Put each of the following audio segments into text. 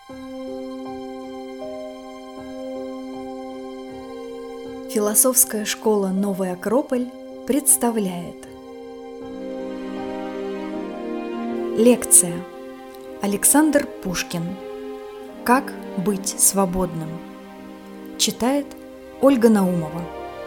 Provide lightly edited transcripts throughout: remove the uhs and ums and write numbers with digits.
Философская школа «Новый Акрополь» представляет лекция Александр Пушкин «Как быть свободным». Читает Ольга Наумова.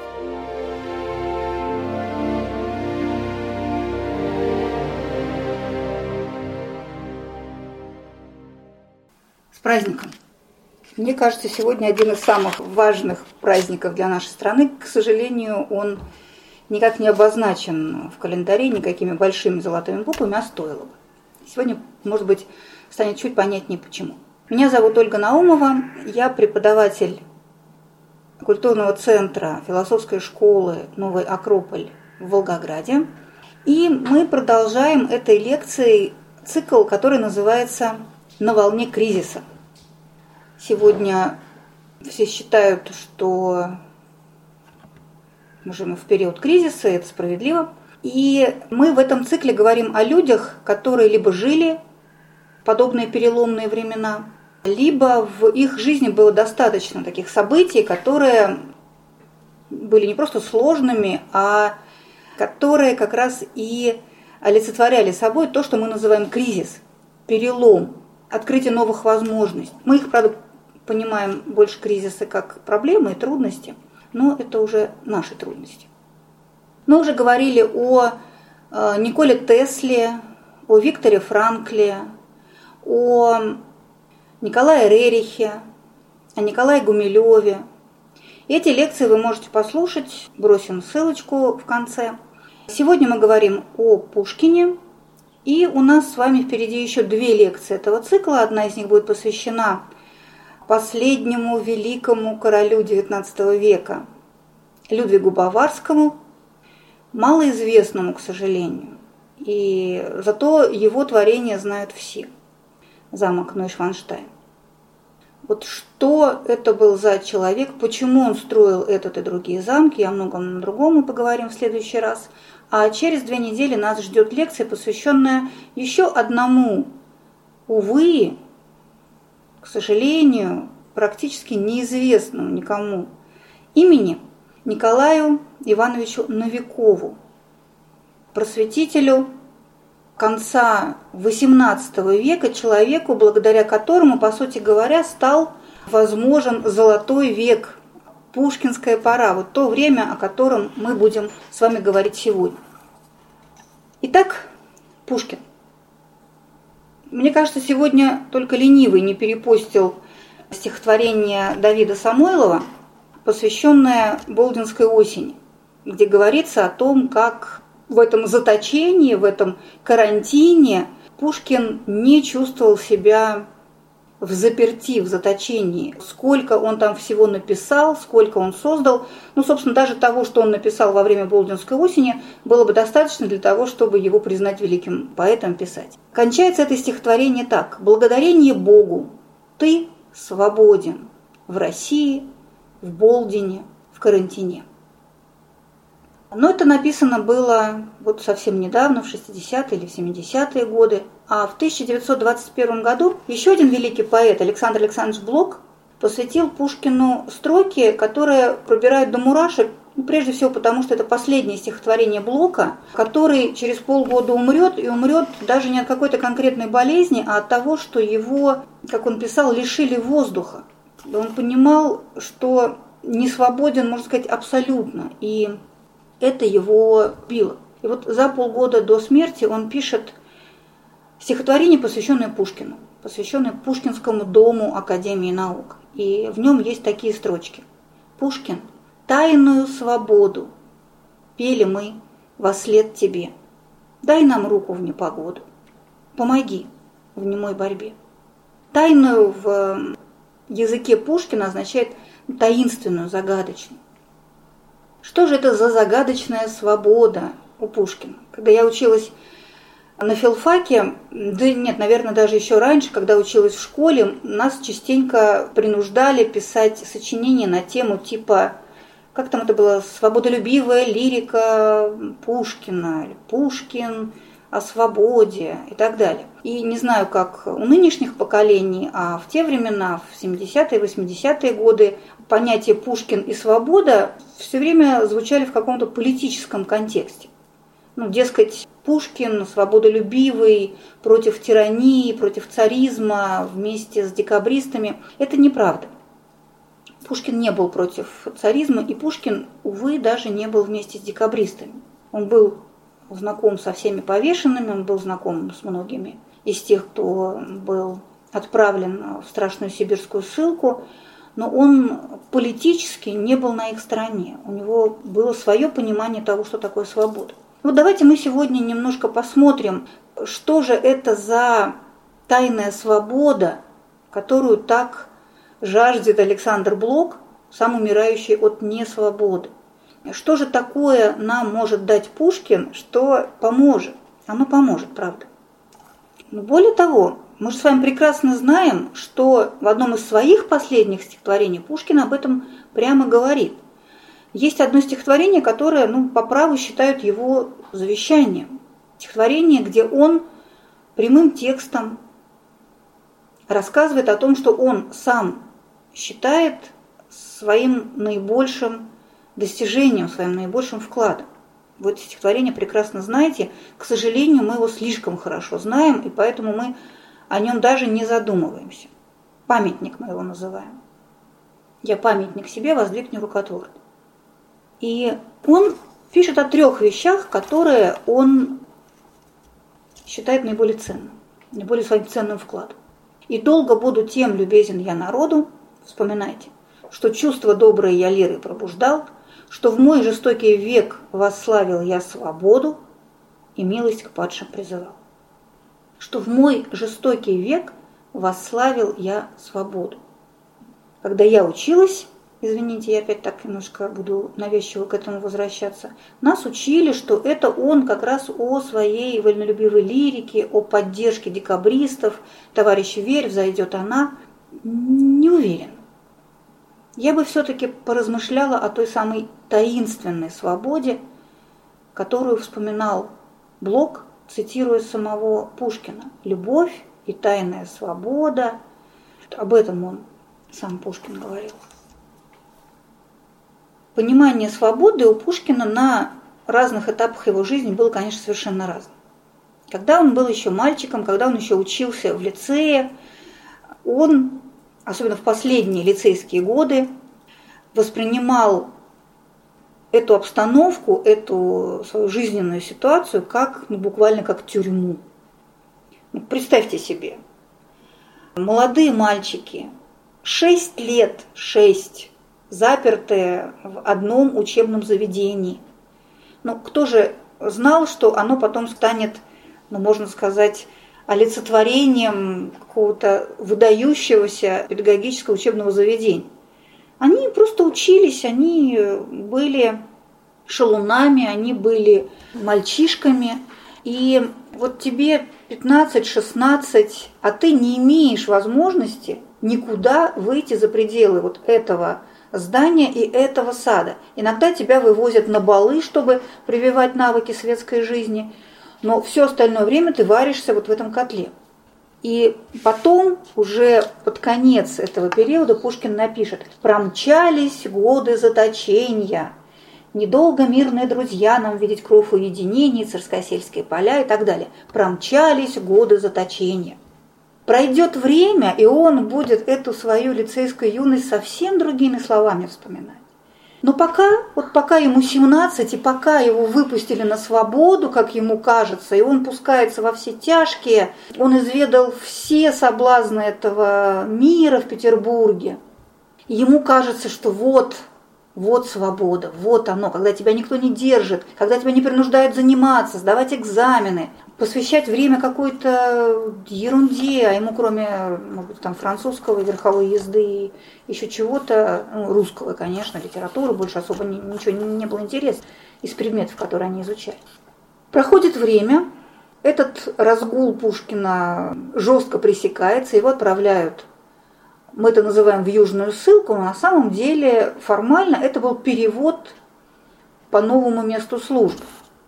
С праздником! Мне кажется, сегодня один из самых важных праздников для нашей страны. К сожалению, он никак не обозначен в календаре никакими большими золотыми буквами, а стоило бы. Сегодня, может быть, станет чуть понятнее почему. Меня зовут Ольга Наумова, я преподаватель культурного центра философской школы «Новый Акрополь» в Волгограде. И мы продолжаем этой лекцией цикл, который называется «На волне кризиса». Сегодня все считают, что мы живем в период кризиса, и это справедливо. И мы в этом цикле говорим о людях, которые либо жили в подобные переломные времена, либо в их жизни было достаточно таких событий, которые были не просто сложными, а которые как раз и олицетворяли собой то, что мы называем кризис, перелом, открытие новых возможностей. Мы их, правда, понимаем больше кризисы как проблемы и трудности, но это уже наши трудности. Мы уже говорили о Николе Тесле, о Викторе Франкле, о Николае Рерихе, о Николае Гумилеве. Эти лекции вы можете послушать, бросим ссылочку в конце. Сегодня мы говорим о Пушкине, и у нас с вами впереди еще 2 лекции этого цикла. Одна из них будет посвящена последнему великому королю XIX века, Людвигу Баварскому, малоизвестному, к сожалению, и зато его творение знают все. Замок Нойшванштайн. Вот что это был за человек, почему он строил этот и другие замки, и о многом другом мы поговорим в следующий раз. А через 2 недели нас ждет лекция, посвященная еще одному, увы, к сожалению, практически неизвестному никому имени Николаю Ивановичу Новикову, просветителю конца XVIII века, человеку, благодаря которому, по сути говоря, стал возможен золотой век, пушкинская пора, вот то время, о котором мы будем с вами говорить сегодня. Итак, Пушкин. Мне кажется, сегодня только ленивый не перепостил стихотворение Давида Самойлова, посвященное Болдинской осени, где говорится о том, как в этом заточении, в этом карантине Пушкин не чувствовал себя в заперти, в заточении. Сколько он там всего написал, сколько он создал. Собственно, даже того, что он написал во время Болдинской осени, было бы достаточно для того, чтобы его признать великим поэтом, писать. Кончается это стихотворение так. «Благодарение Богу, ты свободен в России, в Болдине, в карантине». Но это написано было вот совсем недавно, в 60-е или в 70-е годы. А в 1921 году еще один великий поэт, Александр Александрович Блок, посвятил Пушкину строки, которые пробирают до мурашек, прежде всего потому, что это последнее стихотворение Блока, который через полгода умрет, и умрет даже не от какой-то конкретной болезни, а от того, что его, как он писал, лишили воздуха. Он понимал, что не свободен, можно сказать, абсолютно, и это его било. И вот за полгода до смерти он пишет стихотворение, посвященное Пушкину, посвященное Пушкинскому дому Академии наук. И в нем есть такие строчки. «Пушкин, тайную свободу пели мы вослед тебе. Дай нам руку в непогоду, помоги в немой борьбе». Тайную в языке Пушкина означает таинственную, загадочную. Что же это за загадочная свобода у Пушкина? Когда я училась на филфаке, наверное, даже еще раньше, когда училась в школе, нас частенько принуждали писать сочинения на тему типа, как там это было, свободолюбивая лирика Пушкина, или Пушкин, о свободе и так далее. И не знаю, как у нынешних поколений, а в те времена, в 70-е, 80-е годы, понятия Пушкин и свобода все время звучали в каком-то политическом контексте. Дескать, Пушкин свободолюбивый, против тирании, против царизма, вместе с декабристами. Это неправда. Пушкин не был против царизма, и Пушкин, увы, даже не был вместе с декабристами. Он был знаком со всеми повешенными, он был знаком с многими из тех, кто был отправлен в страшную сибирскую ссылку, но он политически не был на их стороне. У него было свое понимание того, что такое свобода. Давайте мы сегодня немножко посмотрим, что же это за тайная свобода, которую так жаждет Александр Блок, сам умирающий от несвободы. Что же такое нам может дать Пушкин, что поможет? Оно поможет, правда. Но более того, мы же с вами прекрасно знаем, что в одном из своих последних стихотворений Пушкин об этом прямо говорит. Есть одно стихотворение, которое, по праву считают его завещанием. Стихотворение, где он прямым текстом рассказывает о том, что он сам считает своим наибольшим достижением, своим наибольшим вкладом. Вы это стихотворение прекрасно знаете. К сожалению, мы его слишком хорошо знаем, и поэтому мы о нем даже не задумываемся. Памятник мы его называем. Я памятник себе воздвиг нерукотворный. И он пишет о 3 вещах, которые он считает наиболее ценным, наиболее своим ценным вкладом. «И долго буду тем любезен я народу», вспоминайте, «что чувство доброе я лирой пробуждал, что в мой жестокий век восславил я свободу и милость к падшим призывал». Что в мой жестокий век восславил я свободу. Когда я училась, извините, я опять так немножко буду навязчиво к этому возвращаться, нас учили, что это он как раз о своей вольнолюбивой лирике, о поддержке декабристов, «Товарищи, верь, взойдет она». Не уверена. Я бы все-таки поразмышляла о той самой таинственной свободе, которую вспоминал Блок, цитируя самого Пушкина. «Любовь и тайная свобода». Об этом он, сам Пушкин, говорил. Понимание свободы у Пушкина на разных этапах его жизни было, конечно, совершенно разным. Когда он был еще мальчиком, когда он еще учился в лицее, он, особенно в последние лицейские годы, воспринимал эту обстановку, эту свою жизненную ситуацию как, буквально как тюрьму. Представьте себе, молодые мальчики, 6 лет, запертые в одном учебном заведении. Кто же знал, что оно потом станет, можно сказать, олицетворением какого-то выдающегося педагогического учебного заведения? Они просто учились, они были шалунами, они были мальчишками. И вот тебе 15-16, а ты не имеешь возможности никуда выйти за пределы вот этого здания и этого сада. Иногда тебя вывозят на балы, чтобы прививать навыки светской жизни, но все остальное время ты варишься вот в этом котле. И потом, уже под конец этого периода, Пушкин напишет: «Промчались годы заточения, недолго мирные друзья нам видеть кров уединений, царскосельские поля» и так далее. Промчались годы заточения. Пройдет время, и он будет эту свою лицейскую юность совсем другими словами вспоминать. Но пока ему 17, и пока его выпустили на свободу, как ему кажется, и он пускается во все тяжкие, он изведал все соблазны этого мира в Петербурге. Ему кажется, что вот свобода, вот оно, когда тебя никто не держит, когда тебя не принуждают заниматься, сдавать экзамены, посвящать время какой-то ерунде, а ему кроме, может быть, там, французского, верховой езды и еще чего-то, русского, конечно, литературы, больше особо ничего не было интересно из предметов, которые они изучали. Проходит время, этот разгул Пушкина жестко пресекается, его отправляют, мы это называем, в южную ссылку, но на самом деле формально это был перевод по новому месту службы.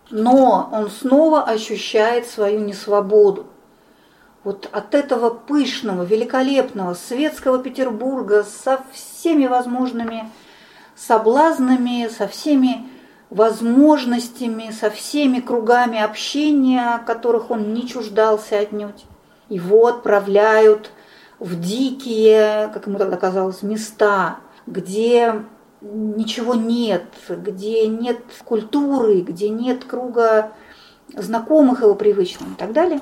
но он снова ощущает свою несвободу. Вот от этого пышного, великолепного светского Петербурга со всеми возможными соблазнами, со всеми возможностями, со всеми кругами общения, которых он не чуждался отнюдь. Его отправляют в дикие, как ему тогда казалось, места, где ничего нет, где нет культуры, где нет круга знакомых его привычным и так далее.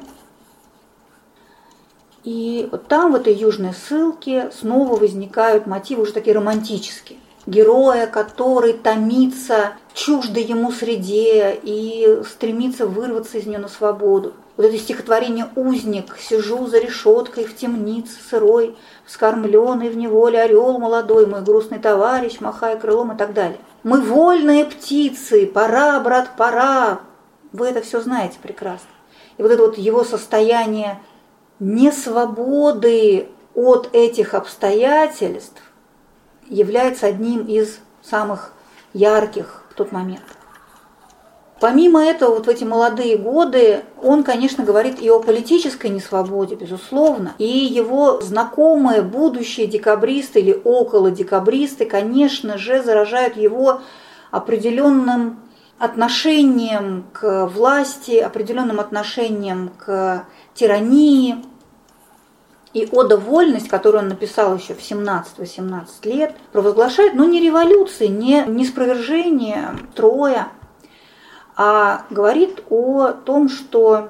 И вот там, в этой южной ссылке, снова возникают мотивы уже такие романтические. Героя, который томится в чуждой ему среде и стремится вырваться из нее на свободу. Вот это стихотворение «Узник, сижу за решеткой в темнице сырой, вскормленный в неволе орел молодой, мой грустный товарищ, махая крылом» и так далее. «Мы вольные птицы, пора, брат, пора». Вы это все знаете прекрасно. И вот это вот его состояние несвободы от этих обстоятельств является одним из самых ярких в тот момент. Помимо этого, вот в эти молодые годы он, конечно, говорит и о политической несвободе, безусловно. И его знакомые будущие декабристы или околодекабристы, конечно же, заражают его определенным отношением к власти, определенным отношением к тирании. И «Ода вольность», которую он написал еще в 17-18 лет, провозглашает, не революции, не спровержение строя, а говорит о том, что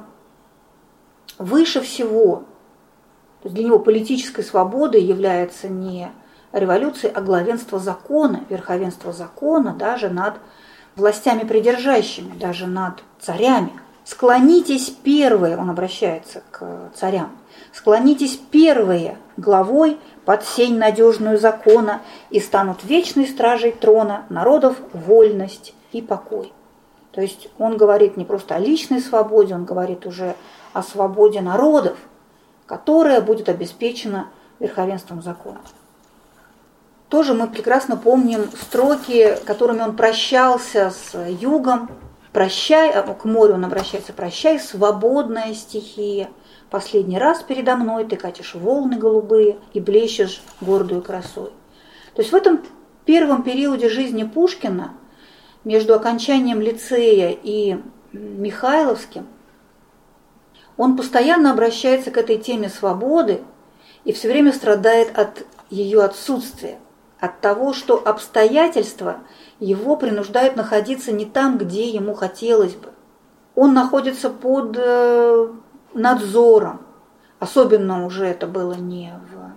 выше всего, то есть для него политической свободой является не революция, а главенство закона, верховенство закона даже над властями придержащими, даже над царями. «Склонитесь первые», он обращается к царям, «склонитесь первые главой под сень надежную закона, и станут вечной стражей трона народов вольность и покой». То есть он говорит не просто о личной свободе, он говорит уже о свободе народов, которая будет обеспечена верховенством закона. Тоже мы прекрасно помним строки, которыми он прощался с югом. «Прощай», к морю он обращается, «прощай, свободная стихия, последний раз передо мной ты катишь волны голубые и блещешь гордую красой». То есть в этом первом периоде жизни Пушкина, между окончанием лицея и Михайловским, он постоянно обращается к этой теме свободы и все время страдает от ее отсутствия, от того, что обстоятельства его принуждают находиться не там, где ему хотелось бы. Он находится под надзором. Особенно уже это было не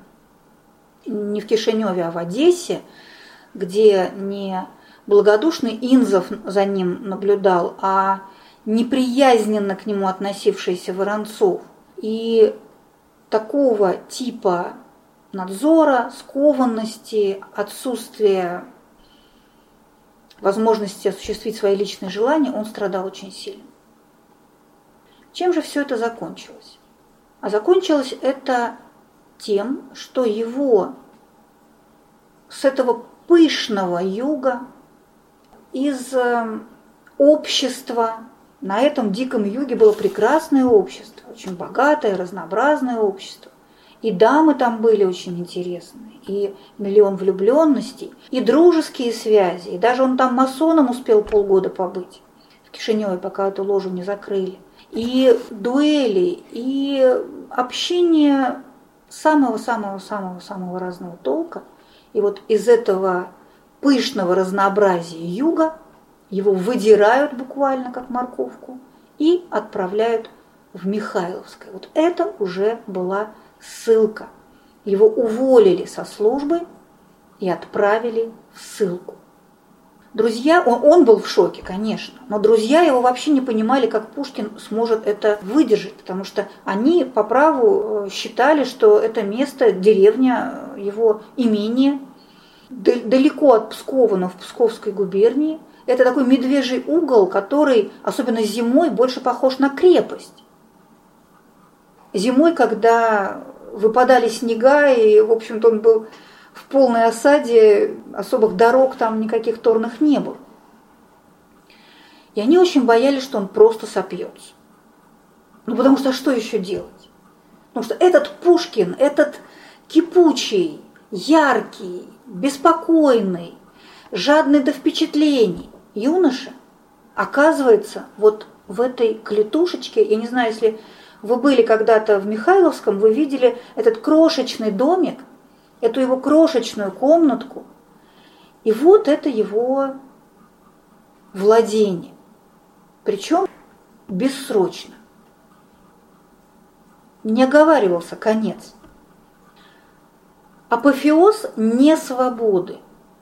в Кишиневе, а в Одессе, где не благодушный Инзов за ним наблюдал, а неприязненно к нему относившийся Воронцов. И такого типа надзора, скованности, отсутствия возможности осуществить свои личные желания, он страдал очень сильно. Чем же все это закончилось? А закончилось это тем, что его с этого пышного юга, из общества, на этом диком юге было прекрасное общество, очень богатое, разнообразное общество. И дамы там были очень интересные, и миллион влюбленностей, и дружеские связи. И даже он там масоном успел полгода побыть в Кишиневе, пока эту ложу не закрыли. И дуэли, и общение самого-самого-самого-самого разного толка. И вот из этого пышного разнообразия юга его выдирают буквально как морковку и отправляют в Михайловское. Вот это уже была ссылка. Его уволили со службы и отправили в ссылку. Друзья, он был в шоке, конечно, но друзья его вообще не понимали, как Пушкин сможет это выдержать, потому что они по праву считали, что это место, деревня, его имение, далеко от Пскова, но в Псковской губернии. Это такой медвежий угол, который, особенно зимой, больше похож на крепость. Зимой, когда выпадали снега, и, в общем-то, он был в полной осаде, особых дорог там никаких торных не было. И они очень боялись, что он просто сопьется. Ну, потому что что еще делать? Потому что этот Пушкин, этот кипучий, яркий, беспокойный, жадный до впечатлений юноша оказывается вот в этой клетушечке. Я не знаю, если вы были когда-то в Михайловском, вы видели этот крошечный домик, эту его крошечную комнатку. И вот это его владение. Причем бессрочно. Не оговаривался конец. Апофеоз несвободы.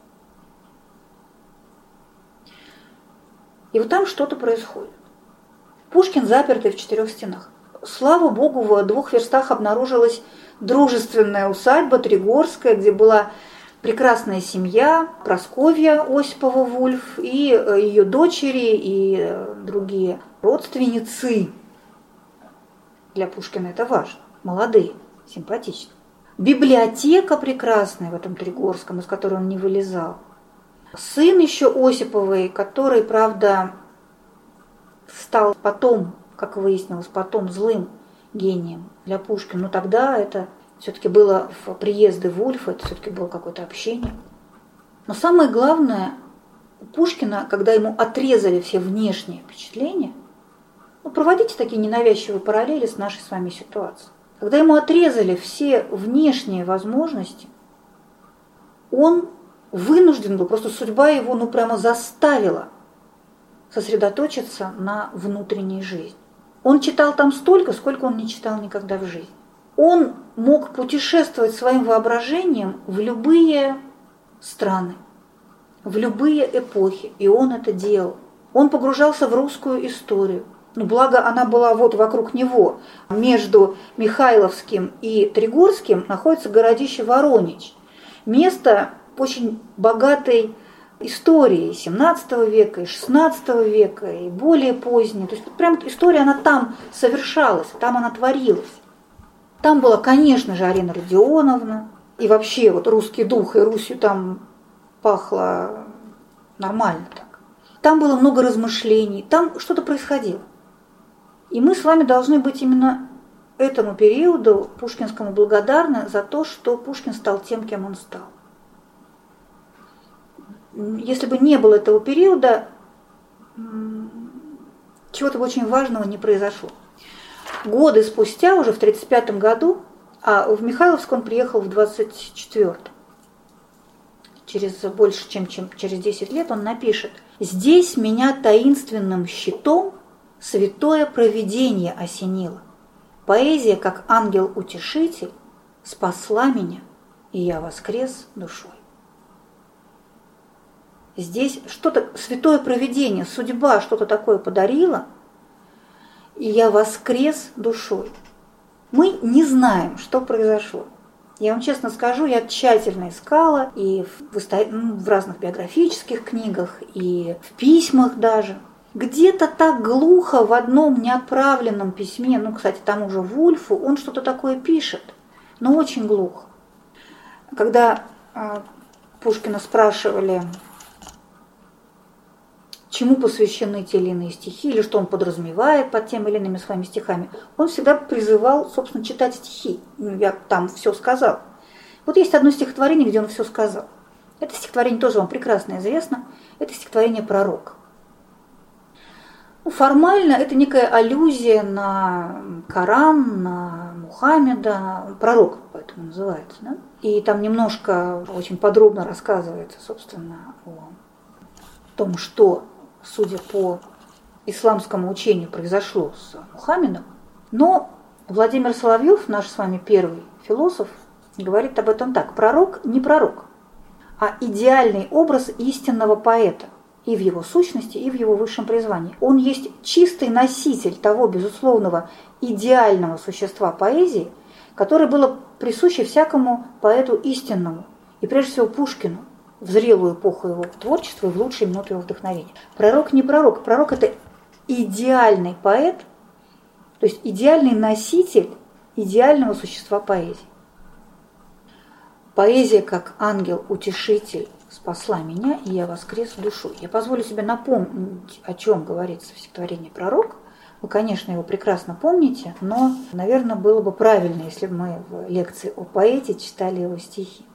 И вот там что-то происходит. Пушкин запертый в 4 стенах. Слава богу, в 2 верстах обнаружилась дружественная усадьба Тригорская, где была прекрасная семья, Прасковья Осипова-Вульф и ее дочери, и другие родственницы. Для Пушкина это важно. Молодые, симпатичные. Библиотека прекрасная в этом Тригорском, из которой он не вылезал. Сын еще Осиповой, который, правда, стал потом, как выяснилось, потом злым гением для Пушкина. Но тогда это все-таки было в приезды Вульфа, это все-таки было какое-то общение. Но самое главное, у Пушкина, когда ему отрезали все внешние впечатления, проводите такие ненавязчивые параллели с нашей с вами ситуацией. Когда ему отрезали все внешние возможности, он вынужден был, просто судьба его прямо заставила сосредоточиться на внутренней жизни. Он читал там столько, сколько он не читал никогда в жизни. Он мог путешествовать своим воображением в любые страны, в любые эпохи, и он это делал. Он погружался в русскую историю. Благо она была вот вокруг него. Между Михайловским и Тригорским находится городище Воронич. Место очень богатой истории 17 века и 16 века, и более поздней. То есть прям история, она там совершалась, там она творилась. Там была, конечно же, Арина Родионовна, и вообще вот русский дух, и Русью там пахло нормально так. Там было много размышлений, там что-то происходило. И мы с вами должны быть именно этому периоду пушкинскому благодарны за то, что Пушкин стал тем, кем он стал. Если бы не было этого периода, чего-то очень важного не произошло. Годы спустя, уже в 1935 году, а в Михайловск он приехал в 1924. Через больше, чем через 10 лет он напишет: «Здесь меня таинственным щитом святое провидение осенило. Поэзия, как ангел-утешитель, спасла меня, и я воскрес душой». Здесь что-то, святое провидение, судьба что-то такое подарила, и я воскрес душой. Мы не знаем, что произошло. Я вам честно скажу, я тщательно искала и в разных биографических книгах, и в письмах даже. Где-то так глухо в одном неотправленном письме, кстати, тому же Вульфу, он что-то такое пишет, но очень глухо. Когда Пушкина спрашивали, чему посвящены те или иные стихи, или что он подразумевает под теми или иными своими стихами, он всегда призывал, собственно, читать стихи. Я там все сказал. Вот есть одно стихотворение, где он все сказал. Это стихотворение тоже вам прекрасно известно. Это стихотворение «Пророк». Формально это некая аллюзия на Коран, на Мухаммеда, пророк поэтому называется. Да? И там немножко очень подробно рассказывается, собственно, о том, что, судя по исламскому учению, произошло с Мухаммедом. Но Владимир Соловьев, наш с вами первый философ, говорит об этом так: пророк не пророк, а идеальный образ истинного поэта. И в его сущности, и в его высшем призвании. Он есть чистый носитель того безусловного идеального существа поэзии, которое было присуще всякому поэту истинному, и прежде всего Пушкину, в зрелую эпоху его творчества и в лучшие минуты его вдохновения. Пророк не пророк. Пророк – это идеальный поэт, то есть идеальный носитель идеального существа поэзии. Поэзия, как ангел-утешитель, спасла меня, и я воскрес душой. Я позволю себе напомнить, о чем говорится в стихотворении «Пророк». Вы, конечно, его прекрасно помните, но, наверное, было бы правильно, если бы мы в лекции о поэте читали его стихи.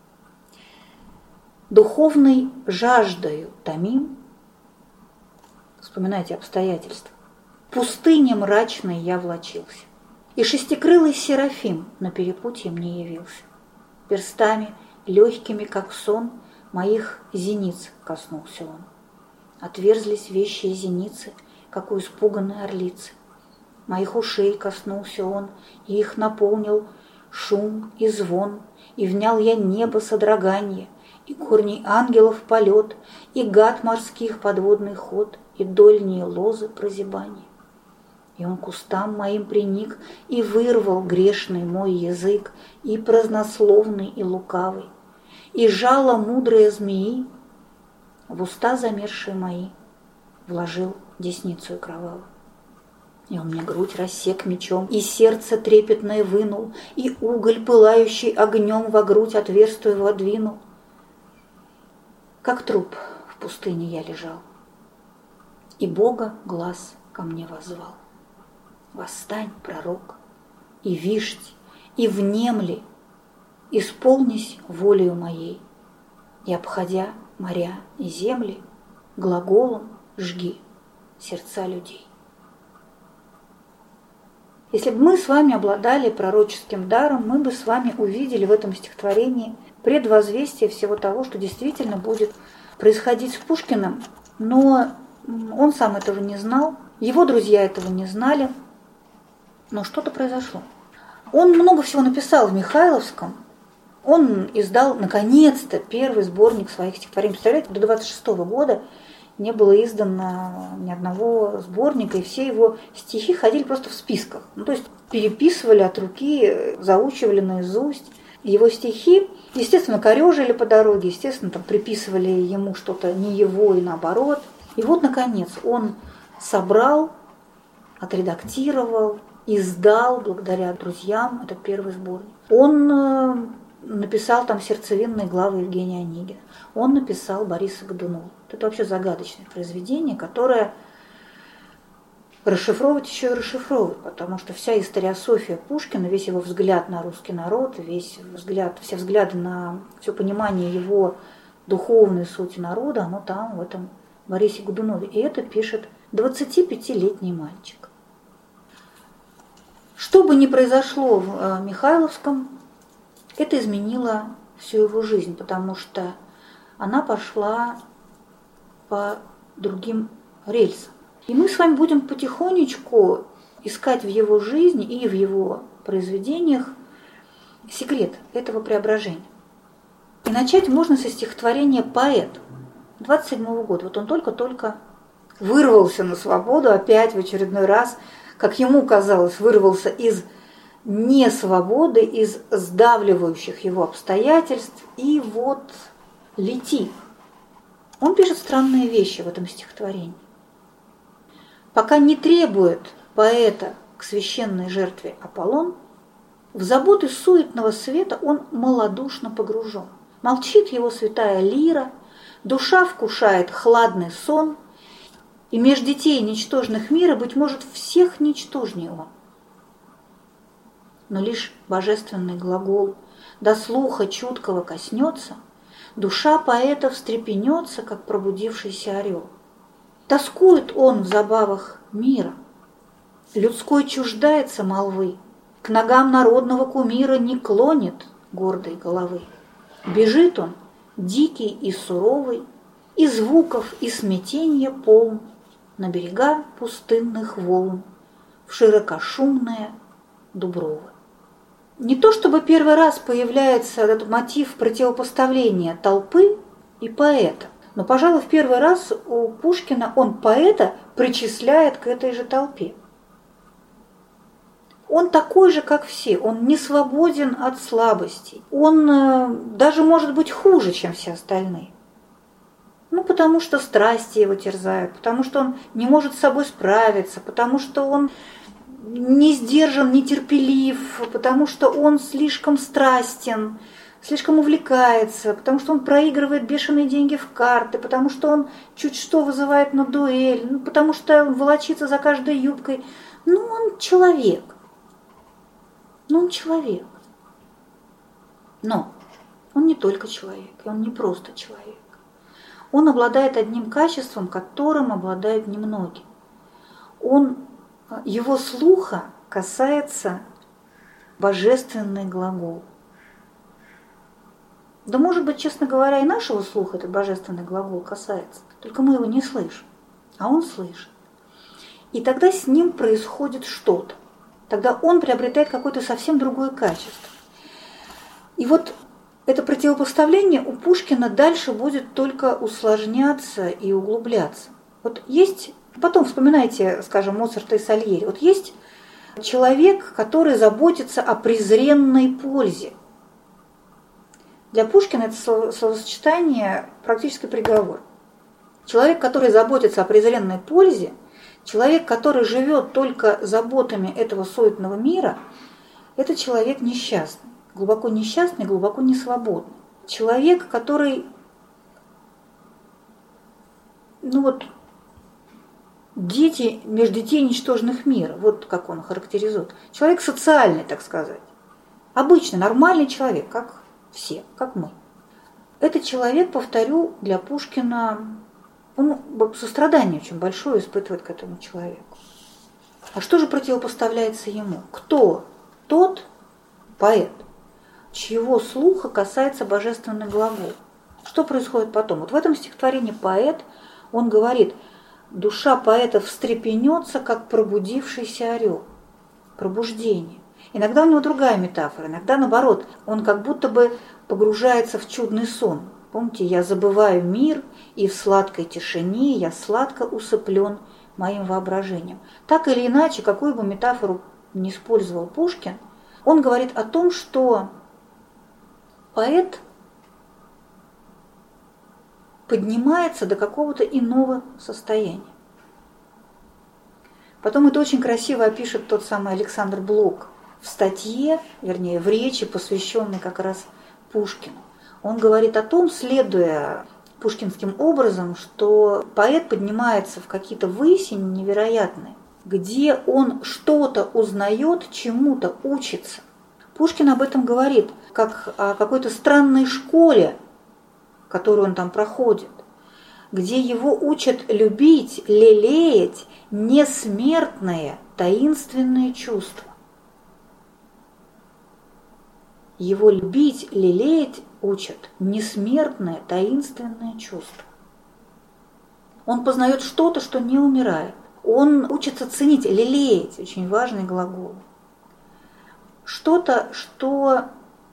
«Духовной жаждою томим», вспоминайте обстоятельства, «в пустыне мрачной я влачился, и шестикрылый серафим на перепутье мне явился. Перстами, легкими, как сон, моих зениц коснулся он. Отверзлись вещие зеницы, как у испуганной орлицы. Моих ушей коснулся он, и их наполнил шум и звон, и внял я небо содрогание, и корней ангелов полет, и гад морских подводный ход, и дольние лозы прозябания. И он к устам моим приник, и вырвал грешный мой язык, и празднословный, и лукавый, и жало мудрые змеи в уста замерзшие мои вложил десницу кровавую. И он мне грудь рассек мечом, и сердце трепетное вынул, и уголь, пылающий огнем, во грудь отверстую водвинул. Как труп в пустыне я лежал, и Бога глаз ко мне воззвал. Восстань, пророк, и вишь, и внемли, исполнись волею моей, и, обходя моря и земли, глаголом жги сердца людей. Если бы мы с вами обладали пророческим даром, мы бы с вами увидели в этом стихотворении предвозвестие всего того, что действительно будет происходить с Пушкиным, но он сам этого не знал, его друзья этого не знали, но что-то произошло. Он много всего написал в Михайловском, он издал, наконец-то, первый сборник своих стихотворений. Представляете, до 26 года не было издано ни одного сборника, и все его стихи ходили просто в списках. То есть переписывали от руки, заучивали наизусть. Его стихи, естественно, корежили по дороге, естественно, там приписывали ему что-то не его и наоборот. И вот, наконец, он собрал, отредактировал, издал, благодаря друзьям, этот первый сборник. Он написал там сердцевинные главы Евгения Онегина. Он написал Бориса Годунова. Это вообще загадочное произведение, которое расшифровывать еще и расшифровывать, потому что вся историософия Пушкина, весь его взгляд на русский народ, все взгляды на все понимание его духовной сути народа, оно там, в этом Борисе Годунове. И это пишет 25-летний мальчик. Что бы ни произошло в Михайловском, это изменило всю его жизнь, потому что она пошла по другим рельсам. И мы с вами будем потихонечку искать в его жизни и в его произведениях секрет этого преображения. И начать можно со стихотворения «Поэт» 27-го года. Вот он только-только вырвался на свободу, опять в очередной раз, как ему казалось, вырвался из несвободы, из сдавливающих его обстоятельств, и вот лети. Он пишет странные вещи в этом стихотворении. Пока не требует поэта к священной жертве Аполлон, в заботы суетного света он малодушно погружен. Молчит его святая лира, душа вкушает хладный сон, и меж детей ничтожных мира, быть может, всех ничтожнее он. Но лишь божественный глагол до слуха чуткого коснется, душа поэта встрепенется, как пробудившийся орел. Тоскует он в забавах мира, людской чуждается молвы, к ногам народного кумира не клонит гордой головы. Бежит он, дикий и суровый, и звуков, и смятенья полн, на берега пустынных волн, в широкошумные дубровы. Не то чтобы первый раз появляется этот мотив противопоставления толпы и поэта, но, пожалуй, в первый раз у Пушкина он поэта причисляет к этой же толпе. Он такой же, как все, он не свободен от слабостей, он даже может быть хуже, чем все остальные. Потому что страсти его терзают, потому что он не может с собой справиться, потому что он не сдержан, нетерпелив, потому что он слишком страстен, слишком увлекается, потому что он проигрывает бешеные деньги в карты, потому что он чуть что вызывает на дуэль, потому что он волочится за каждой юбкой. Он человек. Он человек. Но он не только человек, и он не просто человек. Он обладает одним качеством, которым обладают немногие. Его слуха касается божественный глагол. Да, может быть, честно говоря, и нашего слуха этот божественный глагол касается, только мы его не слышим, а он слышит. И тогда с ним происходит что-то. Тогда он приобретает какое-то совсем другое качество. И вот это противопоставление у Пушкина дальше будет только усложняться и углубляться. Вот есть, потом вспоминайте, скажем, Моцарта и Сальери, вот есть человек, который заботится о презренной пользе. Для Пушкина это словосочетание практически приговор. Человек, который заботится о презренной пользе, человек, который живет только заботами этого суетного мира, это человек несчастный, глубоко несвободный. Человек, который, дети между детей ничтожных мира, вот как он характеризует. Человек социальный, так сказать. Обычный, нормальный человек, как все, как мы. Этот человек, повторю, для Пушкина, он сострадание очень большое испытывает к этому человеку. А что же противопоставляется ему? Кто тот поэт, чьего слуха касается божественный глагол? Что происходит потом? Вот в этом стихотворении поэт, он говорит, душа поэта встрепенется, как пробудившийся орел. Пробуждение. Иногда у него другая метафора, иногда наоборот, он как будто бы погружается в чудный сон. Помните, я забываю мир, и в сладкой тишине я сладко усыплен моим воображением. Так или иначе, какую бы метафору ни использовал Пушкин, он говорит о том, что поэт поднимается до какого-то иного состояния. Потом это очень красиво опишет тот самый Александр Блок в статье, вернее, в речи, посвященной как раз Пушкину. Он говорит о том, следуя пушкинским образом, что поэт поднимается в какие-то выси невероятные, где он что-то узнает, чему-то учится. Пушкин об этом говорит, как о какой-то странной школе, которую он там проходит, где его учат любить, лелеять несмертное, таинственное чувство. Его любить, лелеять учат несмертное, таинственное чувство. Он познает что-то, что не умирает. Он учится ценить, лелеять, очень важный глагол. Что-то, что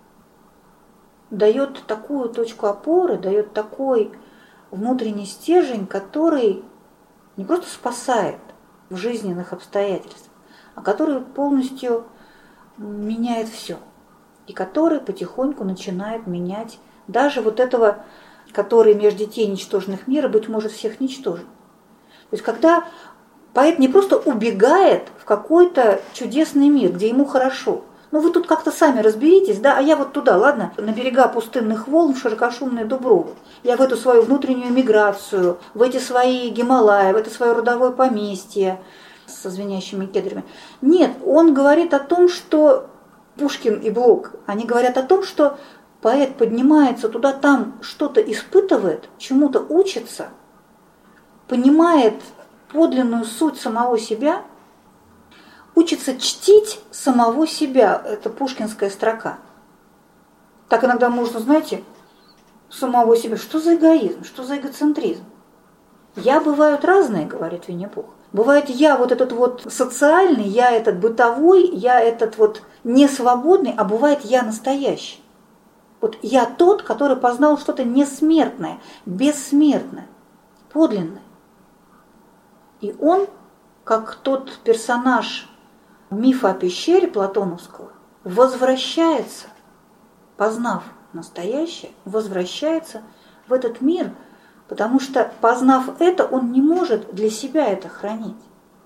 дает такую точку опоры, дает такой внутренний стержень, который не просто спасает в жизненных обстоятельствах, а который полностью меняет все. И который потихоньку начинает менять даже вот этого, который между детей ничтожных мира, быть может, всех ничтожен. То есть когда поэт не просто убегает в какой-то чудесный мир, где ему хорошо, вы тут как-то сами разберитесь, да, а я вот туда, ладно, на берега пустынных волн, в широкошумные дубровы. Я в эту свою внутреннюю миграцию, в эти свои Гималаи, в это свое родовое поместье со звенящими кедрами. Нет, он говорит о том, что Пушкин и Блок, они говорят о том, что поэт поднимается туда, там что-то испытывает, чему-то учится, понимает подлинную суть самого себя, учится чтить самого себя. Это пушкинская строка. Так иногда можно, знаете, самого себя. Что за эгоизм, что за эгоцентризм? Я бывают разные, говорит Винни-Пух. Бывает я вот этот вот социальный, я этот бытовой, я этот вот несвободный, а бывает я настоящий. Вот я тот, который познал что-то несмертное, бессмертное, подлинное. И он, как тот персонаж мифа о пещере платоновского, возвращается, познав настоящее, возвращается в этот мир, потому что, познав это, он не может для себя это хранить.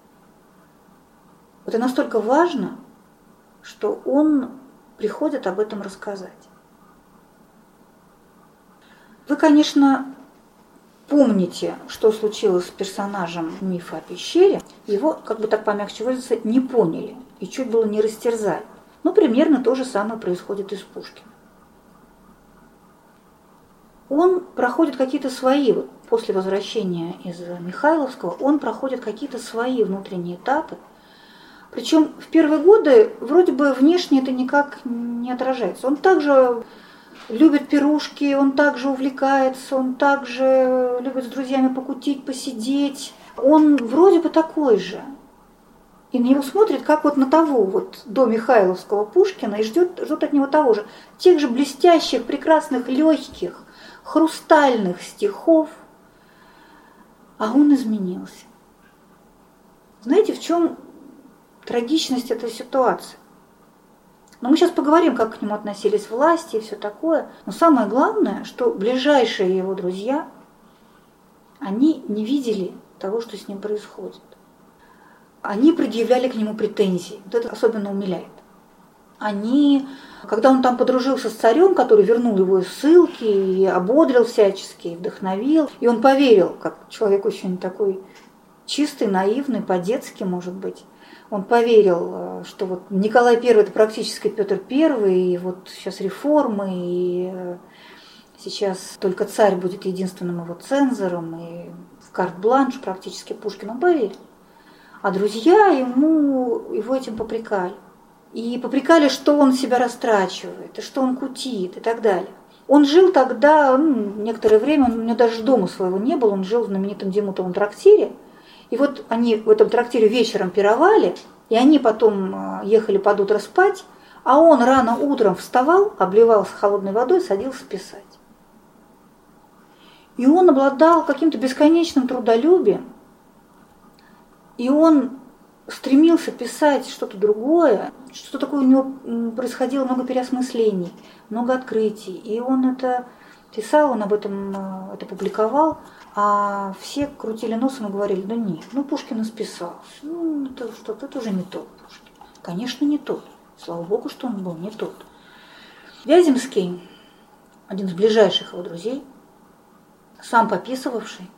Это настолько важно, что он приходит об этом рассказать. Вы, конечно, помните, что случилось с персонажем мифа о пещере. Его, как бы так помягче выразиться, не поняли и чуть было не растерзали. Ну, примерно то же самое происходит и с Пушкиным. Он проходит какие-то свои, вот после возвращения из Михайловского, он проходит какие-то свои внутренние этапы. Причем в первые годы вроде бы внешне это никак не отражается. Он также любит пирушки, он также увлекается, он также любит с друзьями покутить, посидеть. Он вроде бы такой же. И на него смотрит, как вот на того вот до Михайловского Пушкина, и ждет от него того же. Тех же блестящих, прекрасных, легких, хрустальных стихов. А он изменился. Знаете, в чем трагичность этой ситуации? Но мы сейчас поговорим, как к нему относились власти и все такое. Но самое главное, что ближайшие его друзья, они не видели того, что с ним происходит. Они предъявляли к нему претензии. Вот это особенно умиляет. Они, когда он там подружился с царем, который вернул его из ссылки и ободрил всячески, и вдохновил, и он поверил, как человек очень такой чистый, наивный, по-детски, может быть, он поверил, что вот Николай I – это практически Петр I, и вот сейчас реформы, и сейчас только царь будет единственным его цензором, и в карт-бланш практически Пушкин, он поверил. А друзья его этим попрекали. И попрекали, что он себя растрачивает, и что он кутит, и так далее. Он жил тогда, некоторое время, у него даже дома своего не было, он жил в знаменитом Демутовом трактире. И вот они в этом трактире вечером пировали, и они потом ехали под утро спать, а он рано утром вставал, обливался холодной водой, садился писать. И он обладал каким-то бесконечным трудолюбием, и он стремился писать что-то другое, что такое у него происходило, много переосмыслений, много открытий. И он это писал, он об этом это публиковал, а все крутили носом и говорили: да нет, Пушкин списался, это что-то, это уже не тот Пушкин. Конечно, не тот. Слава Богу, что он был не тот. Вяземский, один из ближайших его друзей, сам пописывавший,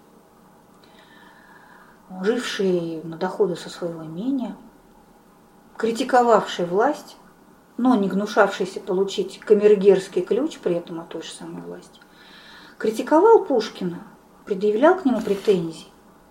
живший на доходы со своего имения, критиковавший власть, но не гнушавшийся получить камергерский ключ при этом от той же самой власти, критиковал Пушкина, предъявлял к нему претензии.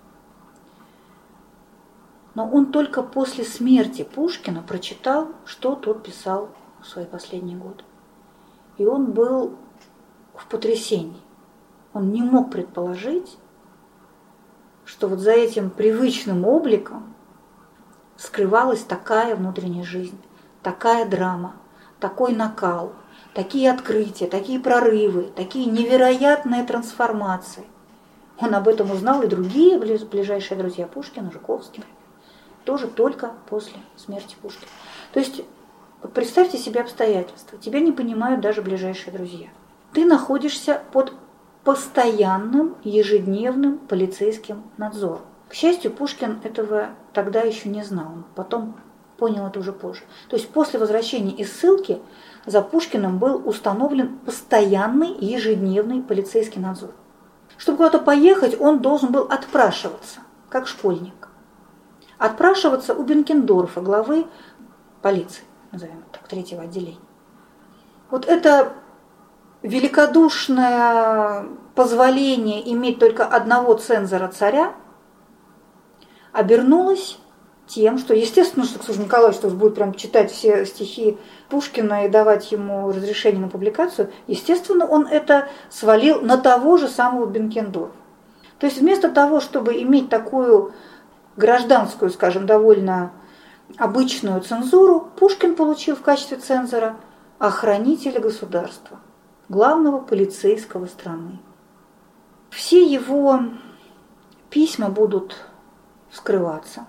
Но он только после смерти Пушкина прочитал, что тот писал в свои последние годы. И он был в потрясении. Он не мог предположить, что вот за этим привычным обликом скрывалась такая внутренняя жизнь, такая драма, такой накал, такие открытия, такие прорывы, такие невероятные трансформации. Он об этом узнал, и другие ближайшие друзья Пушкина, Жуковский, тоже только после смерти Пушкина. То есть представьте себе обстоятельства. Тебя не понимают даже ближайшие друзья. Ты находишься под постоянным ежедневным полицейским надзором. К счастью, Пушкин этого тогда еще не знал, он потом понял это уже позже. То есть после возвращения из ссылки за Пушкиным был установлен постоянный ежедневный полицейский надзор. Чтобы куда-то поехать, он должен был отпрашиваться, как школьник. Отпрашиваться у Бенкендорфа, главы полиции, назовем это так, 3-го отделения. Вот это великодушное позволение иметь только одного цензора царя обернулось тем, что, естественно, что Ксюша Николаевич будет прям читать все стихи Пушкина и давать ему разрешение на публикацию, естественно, он это свалил на того же самого Бенкендорфа. То есть вместо того, чтобы иметь такую гражданскую, скажем, довольно обычную цензуру, Пушкин получил в качестве цензора охранителя государства, главного полицейского страны. Все его письма будут скрываться.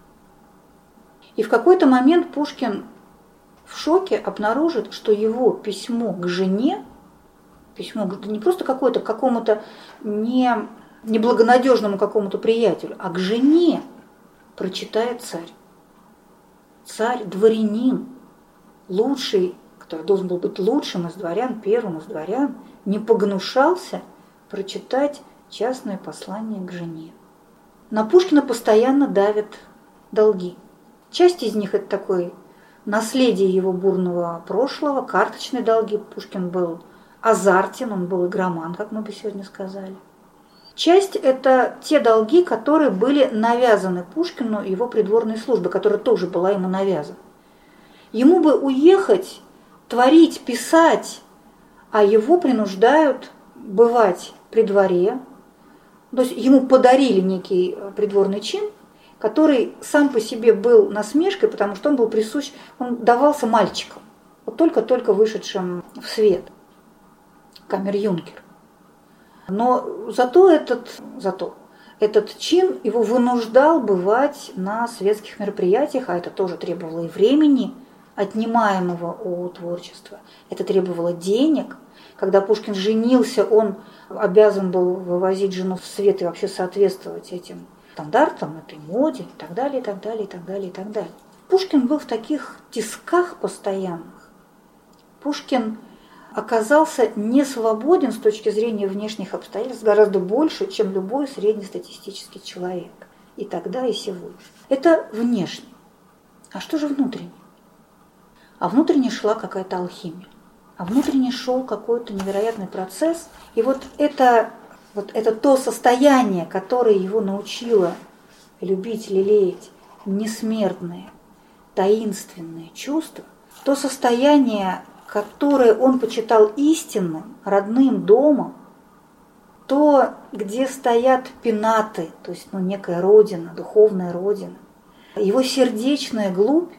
И в какой-то момент Пушкин в шоке обнаружит, что его письмо к жене, не просто какое-то какому-то неблагонадежному какому-то приятелю, а к жене прочитает царь. Царь, дворянин, лучший, который должен был быть лучшим из дворян, первым из дворян, не погнушался прочитать частное послание к жене. На Пушкина постоянно давят долги. Часть из них – это такое наследие его бурного прошлого, карточные долги. Пушкин был азартен, он был игроман, как мы бы сегодня сказали. Часть – это те долги, которые были навязаны Пушкину его придворной службе, которая тоже была ему навязана. Ему бы уехать, творить, писать, а его принуждают бывать при дворе. То есть ему подарили некий придворный чин, который сам по себе был насмешкой, потому что он был присущ, он давался мальчикам, вот только-только вышедшим в свет, камер-юнкер. Но зато этот чин его вынуждал бывать на светских мероприятиях, а это тоже требовало и времени, отнимаемого у творчества. Это требовало денег. Когда Пушкин женился, он обязан был вывозить жену в свет и вообще соответствовать этим стандартам, этой моде и так далее, и так далее, и так далее, и так далее. Пушкин был в таких тисках постоянных. Пушкин оказался не свободен с точки зрения внешних обстоятельств гораздо больше, чем любой среднестатистический человек. И тогда, и сегодня. Это внешне. А что же внутренне? А внутренне шла какая-то алхимия. А внутренне шел какой-то невероятный процесс. И вот это то состояние, которое его научило любить, лелеять несмертные, таинственные чувства, то состояние, которое он почитал истинным, родным домом, то, где стоят пенаты, то есть некая родина, духовная родина, его сердечная глубь,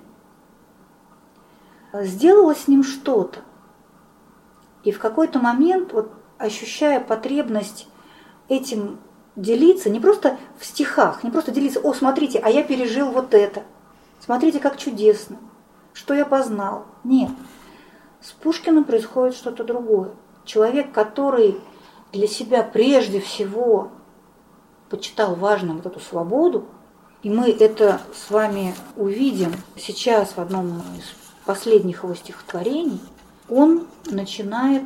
сделала с ним что-то. И в какой-то момент, ощущая потребность этим делиться, не просто в стихах, не просто делиться, о, смотрите, а я пережил вот это, смотрите, как чудесно, что я познал. Нет, с Пушкиным происходит что-то другое. Человек, который для себя прежде всего почитал важным вот эту свободу, и мы это с вами увидим сейчас в одном из последних его стихотворений, он начинает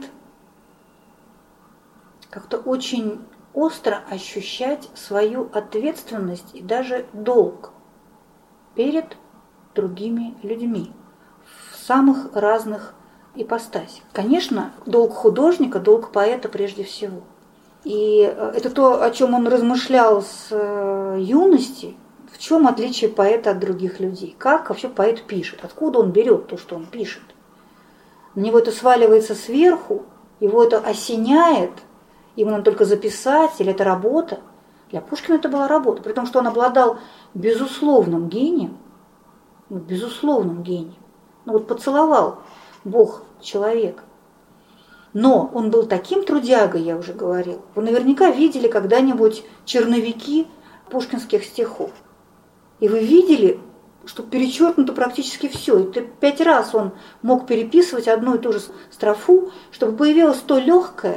как-то очень остро ощущать свою ответственность и даже долг перед другими людьми в самых разных ипостасях. Конечно, долг художника, долг поэта прежде всего. И это то, о чем он размышлял с юности. В чем отличие поэта от других людей? Как вообще поэт пишет? Откуда он берет то, что он пишет? На него это сваливается сверху, его это осеняет, ему надо только записать, или это работа. Для Пушкина это была работа, при том, что он обладал безусловным гением. Безусловным гением. Поцеловал Бог человека. Но он был таким трудягой, я уже говорил. Вы наверняка видели когда-нибудь черновики пушкинских стихов. И вы видели, что перечеркнуто практически все. И 5 раз он мог переписывать одну и ту же строфу, чтобы появилось то легкое,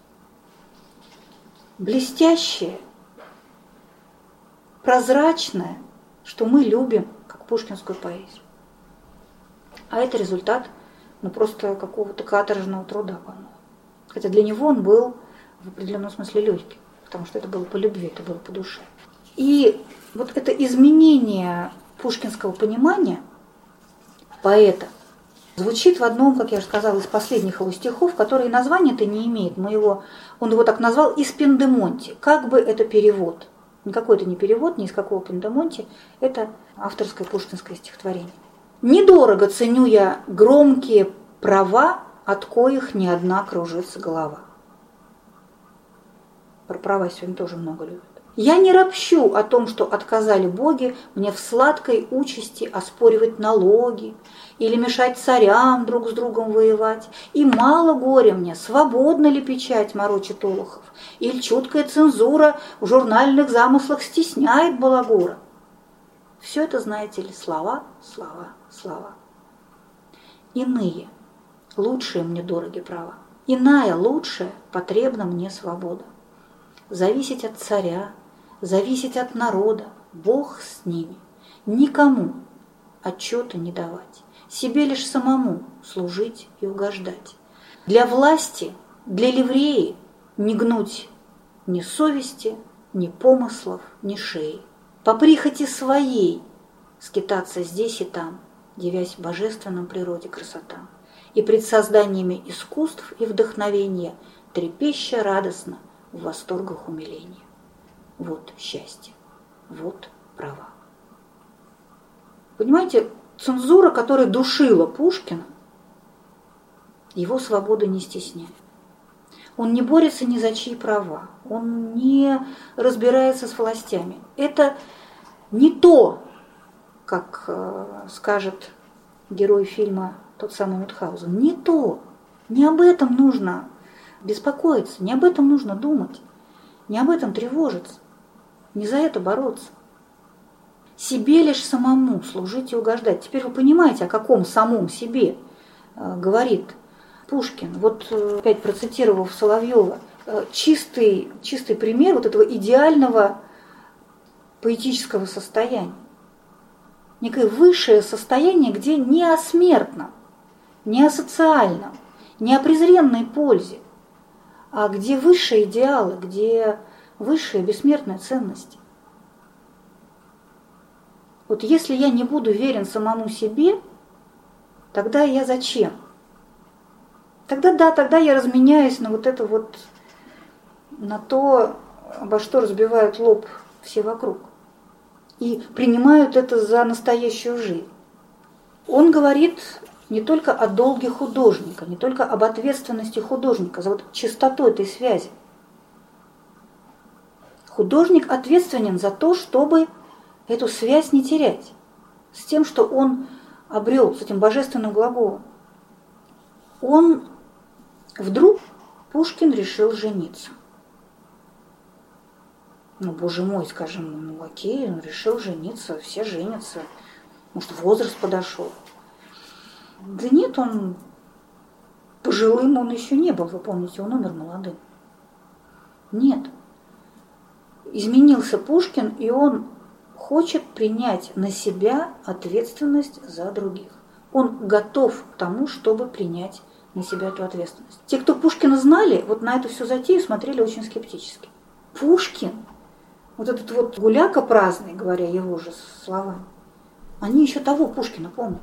блестящее, прозрачное, что мы любим, как пушкинскую поэзию. А это результат просто какого-то каторжного труда, по-моему. Хотя для него он был в определенном смысле легкий, потому что это было по любви, это было по душе. И вот это изменение пушкинского понимания поэта звучит в одном, как я уже сказала, из последних его стихов, который название-то не имеет. Он его так назвал «Из Пиндемонти». Как бы это перевод. Никакой это не перевод, ни из какого Пиндемонти. Это авторское пушкинское стихотворение. «Недорого ценю я громкие права, от коих ни одна кружится голова». Про права сегодня тоже много любят. «Я не ропщу о том, что отказали боги мне в сладкой участи оспоривать налоги или мешать царям друг с другом воевать. И мало горя мне, свободно ли печать морочит олухов, или чуткая цензура в журнальных замыслах стесняет балагура». Все это, знаете ли, слова, слова, слова. Иные, лучшие мне дороги права. Иная, лучшая, потребна мне свобода. Зависеть от царя, зависеть от народа, Бог с ними. Никому отчета не давать, себе лишь самому служить и угождать. Для власти, для ливреи не гнуть ни совести, ни помыслов, ни шеи. По прихоти своей скитаться здесь и там, дивясь божественном природе красотам. И пред созданиями искусств и вдохновения трепеща радостно в восторгах умиления. Вот счастье, вот права. Понимаете, цензура, которая душила Пушкина, его свободу не стесняет. Он не борется ни за чьи права, он не разбирается с властями. Это не то, как скажет герой фильма тот самый Мюнхгаузен, не то. Не об этом нужно беспокоиться, не об этом нужно думать, не об этом тревожиться, не за это бороться. Себе лишь самому служить и угождать. Теперь вы понимаете, о каком самом себе говорит Пушкин. Вот опять процитировав Соловьева, чистый пример вот этого идеального поэтического состояния. Некое высшее состояние, где не о смертном, не о социальном, не о презренной пользе, а где высшие идеалы, где высшие бессмертные ценности. Вот если я не буду верен самому себе, тогда я зачем? Тогда я разменяюсь на вот это вот, на то, обо что разбивают лоб все вокруг. И принимают это за настоящую жизнь. Он говорит не только о долге художника, не только об ответственности художника за вот чистоту этой связи. Художник ответственен за то, чтобы эту связь не терять с тем, что он обрел, с этим божественным глаголом. Вдруг Пушкин решил жениться. Ну, боже мой, скажем, ну окей, он решил жениться, все женятся. Может, возраст подошел. Да нет, он пожилым он еще не был, вы помните, он умер молодым. Нет. Изменился Пушкин, и он хочет принять на себя ответственность за других. Он готов к тому, чтобы принять на себя эту ответственность. Те, кто Пушкина знали, вот на эту всю затею смотрели очень скептически. Пушкин, вот этот вот гуляка праздный, говоря его же словами, они еще того Пушкина помнят.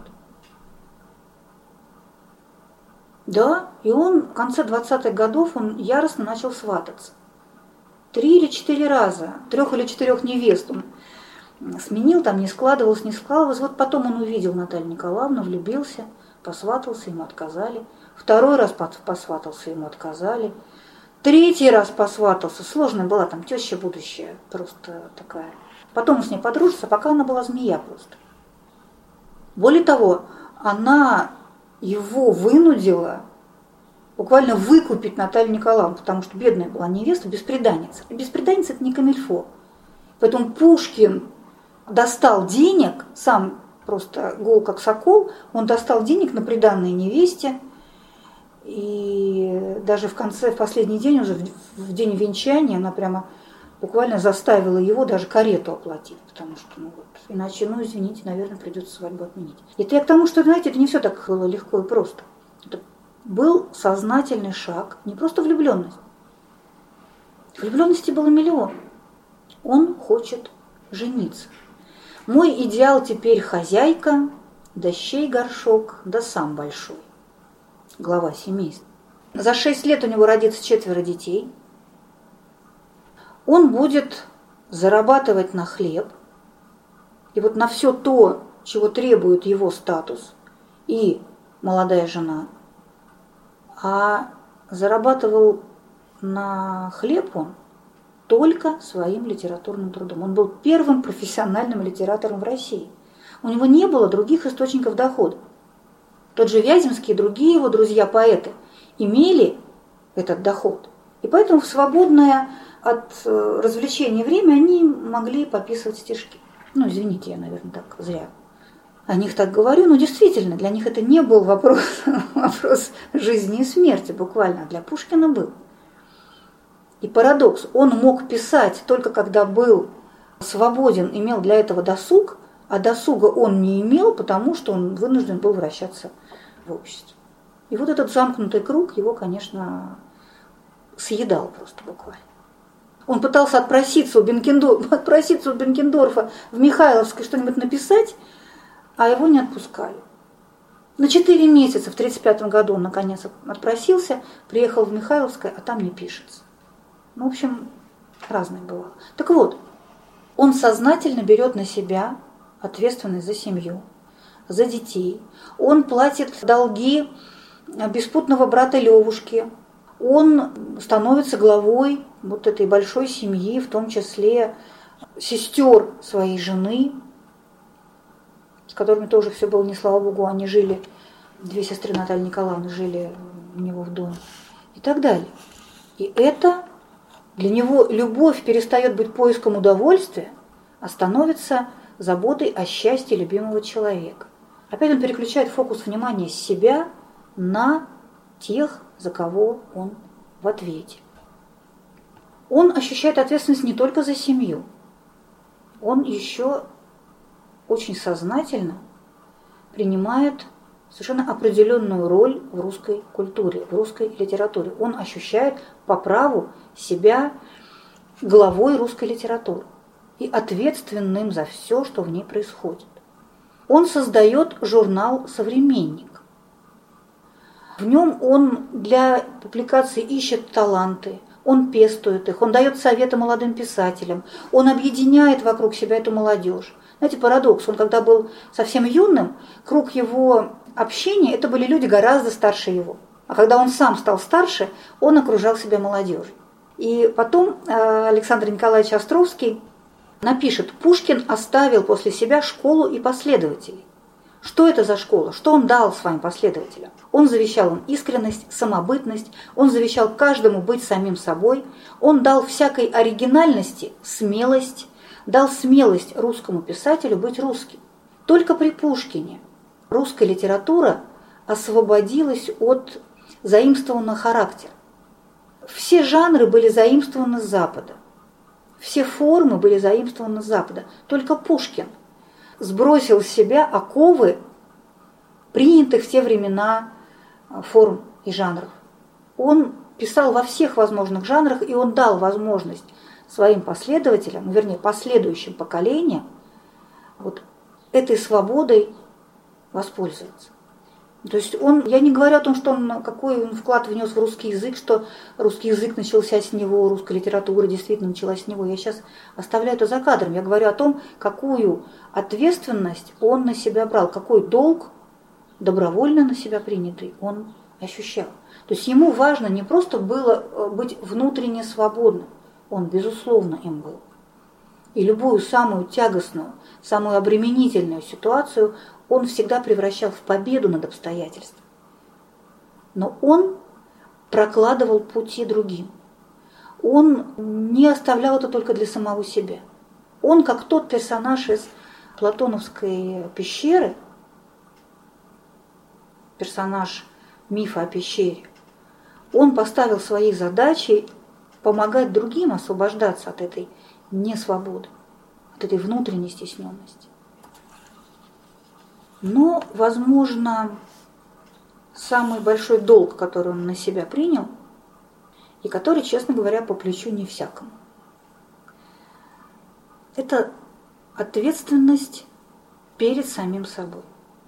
Да, и он в конце 20-х годов он яростно начал свататься. 3 или 4 раза, 3 или 4 невест он сменил, там не складывалось. Вот потом он увидел Наталью Николаевну, влюбился, посватался, ему отказали. 2-й раз посватался, ему отказали. 3-й раз посватался, сложная была там теща будущая, просто такая. Потом он с ней подружился, пока она была змея просто. Более того, она его вынудила буквально выкупить Наталью Николаевну, потому что бедная была невеста, бесприданница. Бесприданница – это не камильфо. Поэтому Пушкин достал денег, сам просто гол как сокол, он достал денег на приданное невесте, и даже в последний день, уже в день венчания, она прямо буквально заставила его даже карету оплатить, потому что, иначе, извините, наверное, придется свадьбу отменить. Это я к тому, что, знаете, это не все так было легко и просто. Это был сознательный шаг, не просто влюбленность. Влюбленности было миллион. Он хочет жениться. Мой идеал теперь хозяйка, да щей горшок, да сам большой. Глава семейства. За 6 лет у него родится 4 детей. Он будет зарабатывать на хлеб. И вот на все то, чего требует его статус и молодая жена. А зарабатывал на хлеб он только своим литературным трудом. Он был первым профессиональным литератором в России. У него не было других источников дохода. Тот же Вяземский и другие его друзья-поэты имели этот доход. И поэтому в свободное от развлечения время они могли пописывать стишки. Извините, я, наверное, так зря о них так говорю, но действительно, для них это не был вопрос жизни и смерти буквально, а для Пушкина был. И парадокс, он мог писать только когда был свободен, имел для этого досуг, а досуга он не имел, потому что он вынужден был вращаться в обществе. И вот этот замкнутый круг его, конечно, съедал просто буквально. Он пытался отпроситься у Бенкендорфа в Михайловской что-нибудь написать, а его не отпускали. На 4 месяца в 1935 году он наконец отпросился, приехал в Михайловское, а там не пишется. В общем, разное бывало. Так вот, он сознательно берет на себя ответственность за семью, за детей. Он платит долги беспутного брата Левушки. Он становится главой вот этой большой семьи, в том числе сестер своей жены, с которыми тоже все было не слава богу, они жили, 2 сестры Натальи Николаевны жили у него в доме и так далее. И это для него любовь перестает быть поиском удовольствия, а становится заботой о счастье любимого человека. Опять он переключает фокус внимания с себя на тех, за кого он в ответе. Он ощущает ответственность не только за семью, он еще очень сознательно принимает совершенно определенную роль в русской культуре, в русской литературе. Он ощущает по праву себя главой русской литературы и ответственным за все, что в ней происходит. Он создает журнал «Современник». В нем он для публикации ищет таланты, он пестует их, он дает советы молодым писателям, он объединяет вокруг себя эту молодежь. Знаете, парадокс, он когда был совсем юным, круг его общения – это были люди гораздо старше его. А когда он сам стал старше, он окружал себя молодежью. И потом Александр Николаевич Островский напишет: Пушкин оставил после себя школу и последователей. Что это за школа? Что он дал своим последователям? Он завещал им искренность, самобытность, он завещал каждому быть самим собой, он дал всякой оригинальности смелость, дал смелость русскому писателю быть русским. Только при Пушкине русская литература освободилась от заимствованного характера. Все жанры были заимствованы с Запада, все формы были заимствованы с Запада. Только Пушкин сбросил с себя оковы принятых в те времена форм и жанров. Он писал во всех возможных жанрах, и он дал возможность своим последователям, вернее, последующим поколениям, вот этой свободой воспользоваться. То есть я не говорю о том, что какой он вклад внес в русский язык, что русский язык начался с него, русская литература действительно началась с него. Я сейчас оставляю это за кадром. Я говорю о том, какую ответственность он на себя брал, какой долг, добровольно на себя принятый, он ощущал. То есть ему важно не просто было быть внутренне свободным, он, безусловно, им был. И любую самую тягостную, самую обременительную ситуацию он всегда превращал в победу над обстоятельством. Но он прокладывал пути другим. Он не оставлял это только для самого себя. Он, как тот персонаж из платоновской пещеры, персонаж мифа о пещере, он поставил своей задачей помогать другим освобождаться от этой несвободы, от этой внутренней стесненности. Но, возможно, самый большой долг, который он на себя принял, и который, честно говоря, по плечу не всякому, это ответственность перед самим собой.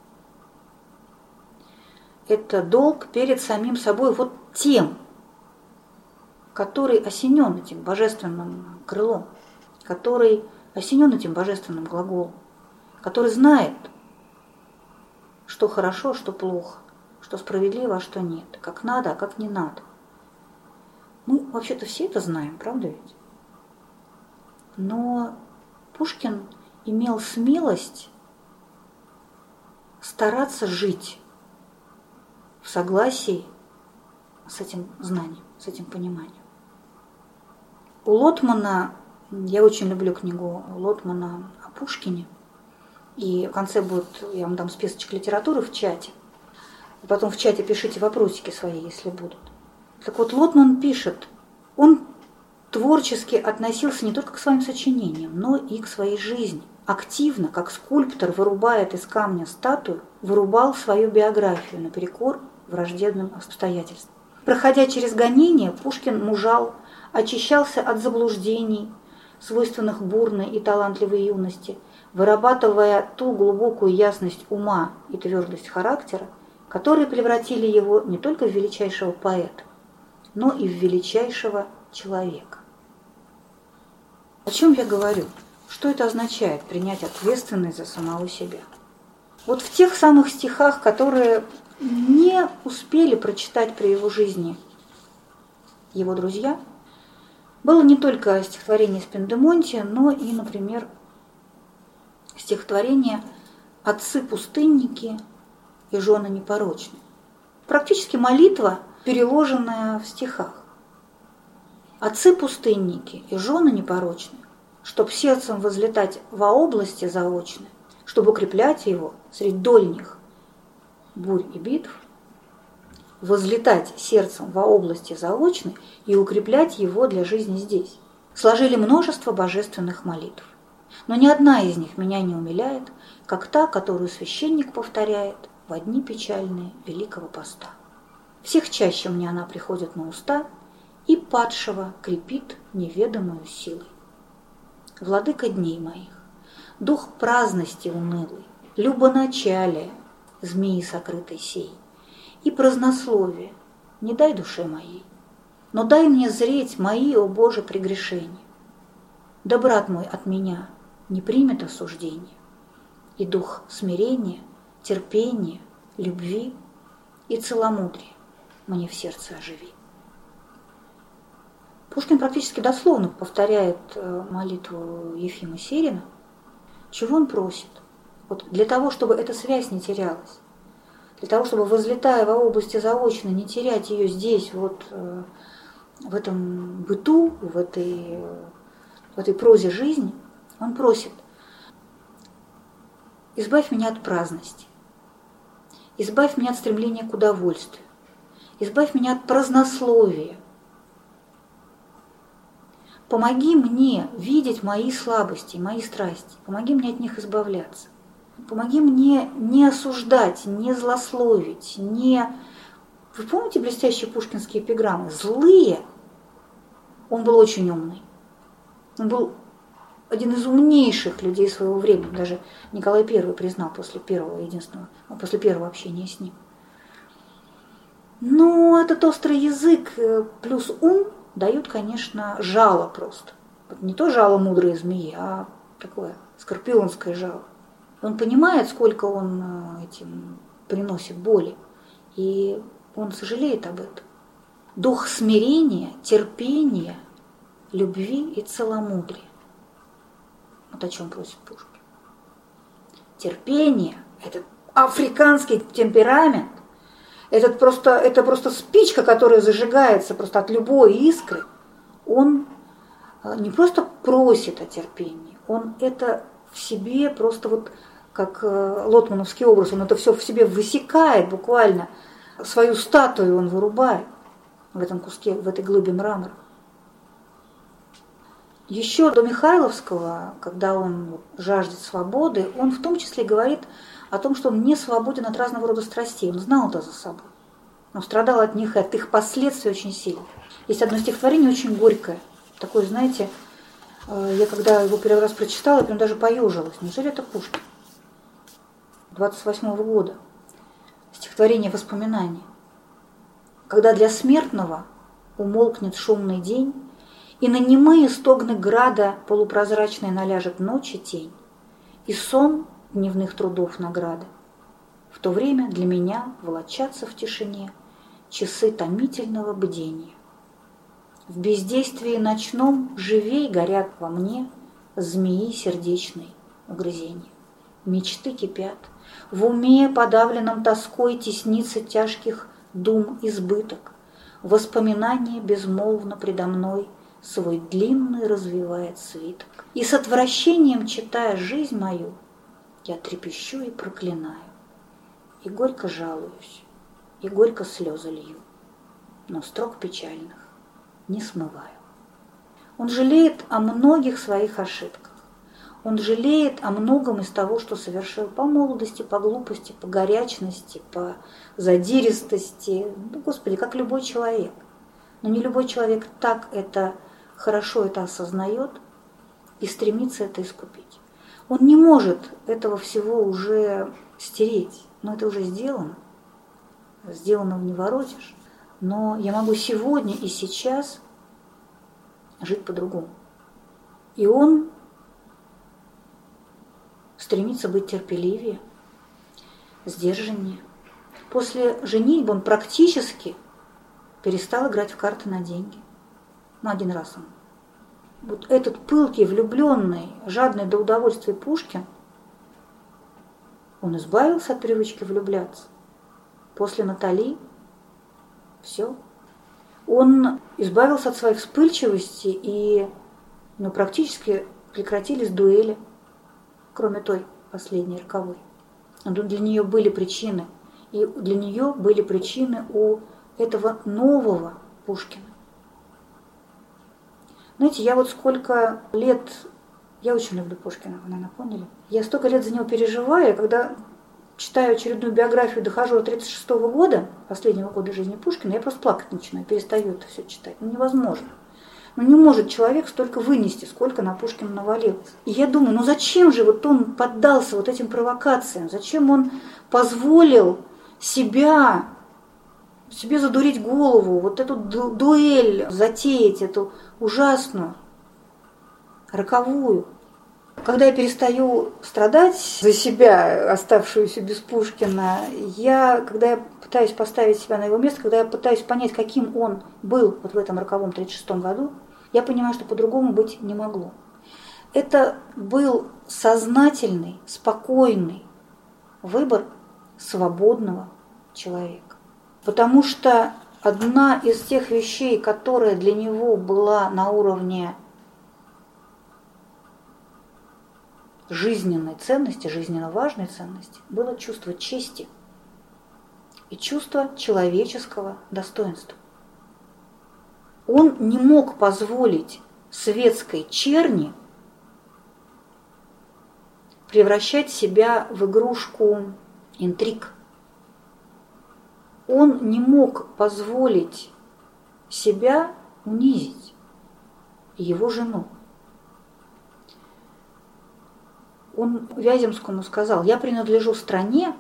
Это долг перед самим собой, вот тем, который осенен этим божественным крылом, который осенен этим божественным глаголом, который знает, что хорошо, что плохо, что справедливо, а что нет, как надо, а как не надо. Мы вообще-то все это знаем, правда ведь? Но Пушкин имел смелость стараться жить в согласии с этим знанием, с этим пониманием. У Лотмана, я очень люблю книгу Лотмана о Пушкине, и в конце будет, я вам дам списочек литературы в чате, потом в чате пишите вопросики свои, если будут. Так вот, Лотман пишет, он творчески относился не только к своим сочинениям, но и к своей жизни. Активно, как скульптор вырубает из камня статую, вырубал свою биографию наперекор враждебным обстоятельствам. Проходя через гонения, Пушкин мужал очищался от заблуждений, свойственных бурной и талантливой юности, вырабатывая ту глубокую ясность ума и твердость характера, которые превратили его не только в величайшего поэта, но и в величайшего человека. О чем я говорю? Что это означает принять ответственность за самого себя? Вот в тех самых стихах, которые не успели прочитать при его жизни его друзья, было не только стихотворение Спиндемонти, но и, например, стихотворение «Отцы-пустынники и жены непорочные». Практически молитва, переложенная в стихах. «Отцы-пустынники и жены непорочные, чтоб сердцем возлетать во области заочной, чтобы укреплять его среди дольних бурь и битв, возлетать сердцем во области заочной и укреплять его для жизни здесь. Сложили множество божественных молитв, но ни одна из них меня не умиляет, как та, которую священник повторяет в дни печальные Великого Поста. Всех чаще мне она приходит на уста и падшего крепит неведомую силой. Владыка дней моих, дух праздности унылый, любоначалие, змеи сокрытой сей, и празднословие не дай душе моей, но дай мне зреть мои, о Боже, прегрешения. Да брат мой от меня не примет осуждение, и дух смирения, терпения, любви и целомудрия мне в сердце оживи». Пушкин практически дословно повторяет молитву Ефима Сирина. Чего он просит? Вот для того, чтобы эта связь не терялась, для того, чтобы, возлетая во области заочной, не терять ее здесь, вот в этом быту, в этой прозе жизни, он просит: избавь меня от праздности, избавь меня от стремления к удовольствию, избавь меня от празднословия, помоги мне видеть мои слабости, мои страсти, помоги мне от них избавляться. Помоги мне не осуждать, не злословить, не... Вы помните блестящие пушкинские эпиграммы? Злые. Он был очень умный. Он был один из умнейших людей своего времени. Даже Николай I признал после первого общения с ним. Но этот острый язык плюс ум дают, конечно, жало просто. Вот не то жало мудрой змеи, а такое скорпионское жало. Он понимает, сколько он этим приносит боли, и он сожалеет об этом. Дух смирения, терпения, любви и целомудрия. Вот о чем просит Пушкин. Терпение, этот африканский темперамент, это просто спичка, которая зажигается просто от любой искры. Он не просто просит о терпении, он это в себе просто вот как лотмановский образ, он это все в себе высекает буквально, свою статую он вырубает в этом куске, в этой глыбе мрамора. Еще до Михайловского, когда он жаждет свободы, он в том числе говорит о том, что он не свободен от разного рода страстей. Он знал это за собой, но страдал от них и от их последствий очень сильно. Есть одно стихотворение очень горькое, такое, знаете, я когда его первый раз прочитала, я прям даже поежилась. Неужели это Пушкин? 28-го года. Стихотворение «Воспоминания». Когда для смертного умолкнет шумный день, и на немые стогны града полупрозрачной наляжет ночи тень, и сон дневных трудов награда. В то время для меня волочатся в тишине часы томительного бдения. В бездействии ночном живей горят во мне змеи сердечной угрызения. Мечты кипят, в уме, подавленном тоской, теснится тяжких дум избыток. Воспоминание безмолвно предо мной свой длинный развивает свиток. И с отвращением, читая жизнь мою, я трепещу и проклинаю, и горько жалуюсь, и горько слезы лью, но строк печальных не смываю. Он жалеет о многих своих ошибках. Он жалеет о многом из того, что совершил по молодости, по глупости, по горячности, по задиристости. Ну, Господи, как любой человек. Но не любой человек так это хорошо это осознает и стремится это искупить. Он не может этого всего уже стереть, но это уже сделано. Сделанного не воротишь. Но я могу сегодня и сейчас жить по-другому. И он стремится быть терпеливее, сдержаннее. После женитьбы он практически перестал играть в карты на деньги. Один раз он. Вот этот пылкий, влюбленный, жадный до удовольствия Пушкин, он избавился от привычки влюбляться. После Натали все. Он избавился от своей вспыльчивости, и практически прекратились дуэли, кроме той последней, роковой. Для нее были причины. И для нее были причины у этого нового Пушкина. Знаете, я вот сколько лет, я очень люблю Пушкина, вы, наверное, поняли. Я столько лет за него переживаю, когда читаю очередную биографию, дохожу до 1936 года, последнего года жизни Пушкина, я просто плакать начинаю, перестаю это все читать. Невозможно. Не может человек столько вынести, сколько на Пушкина навалилось. И я думаю, зачем же вот он поддался вот этим провокациям, зачем он позволил себе задурить голову, вот эту дуэль затеять, эту ужасную, роковую. Когда я перестаю страдать за себя, оставшуюся без Пушкина, когда я пытаюсь поставить себя на его место, когда я пытаюсь понять, каким он был вот в этом роковом 1936 году, я понимаю, что по-другому быть не могло. Это был сознательный, спокойный выбор свободного человека. Потому что одна из тех вещей, которая для него была на уровне жизненной ценности, жизненно важной ценности, было чувство чести и чувство человеческого достоинства. Он не мог позволить светской черни превращать себя в игрушку интриг. Он не мог позволить себя унизить, его жену. Он Вяземскому сказал: я принадлежу стране.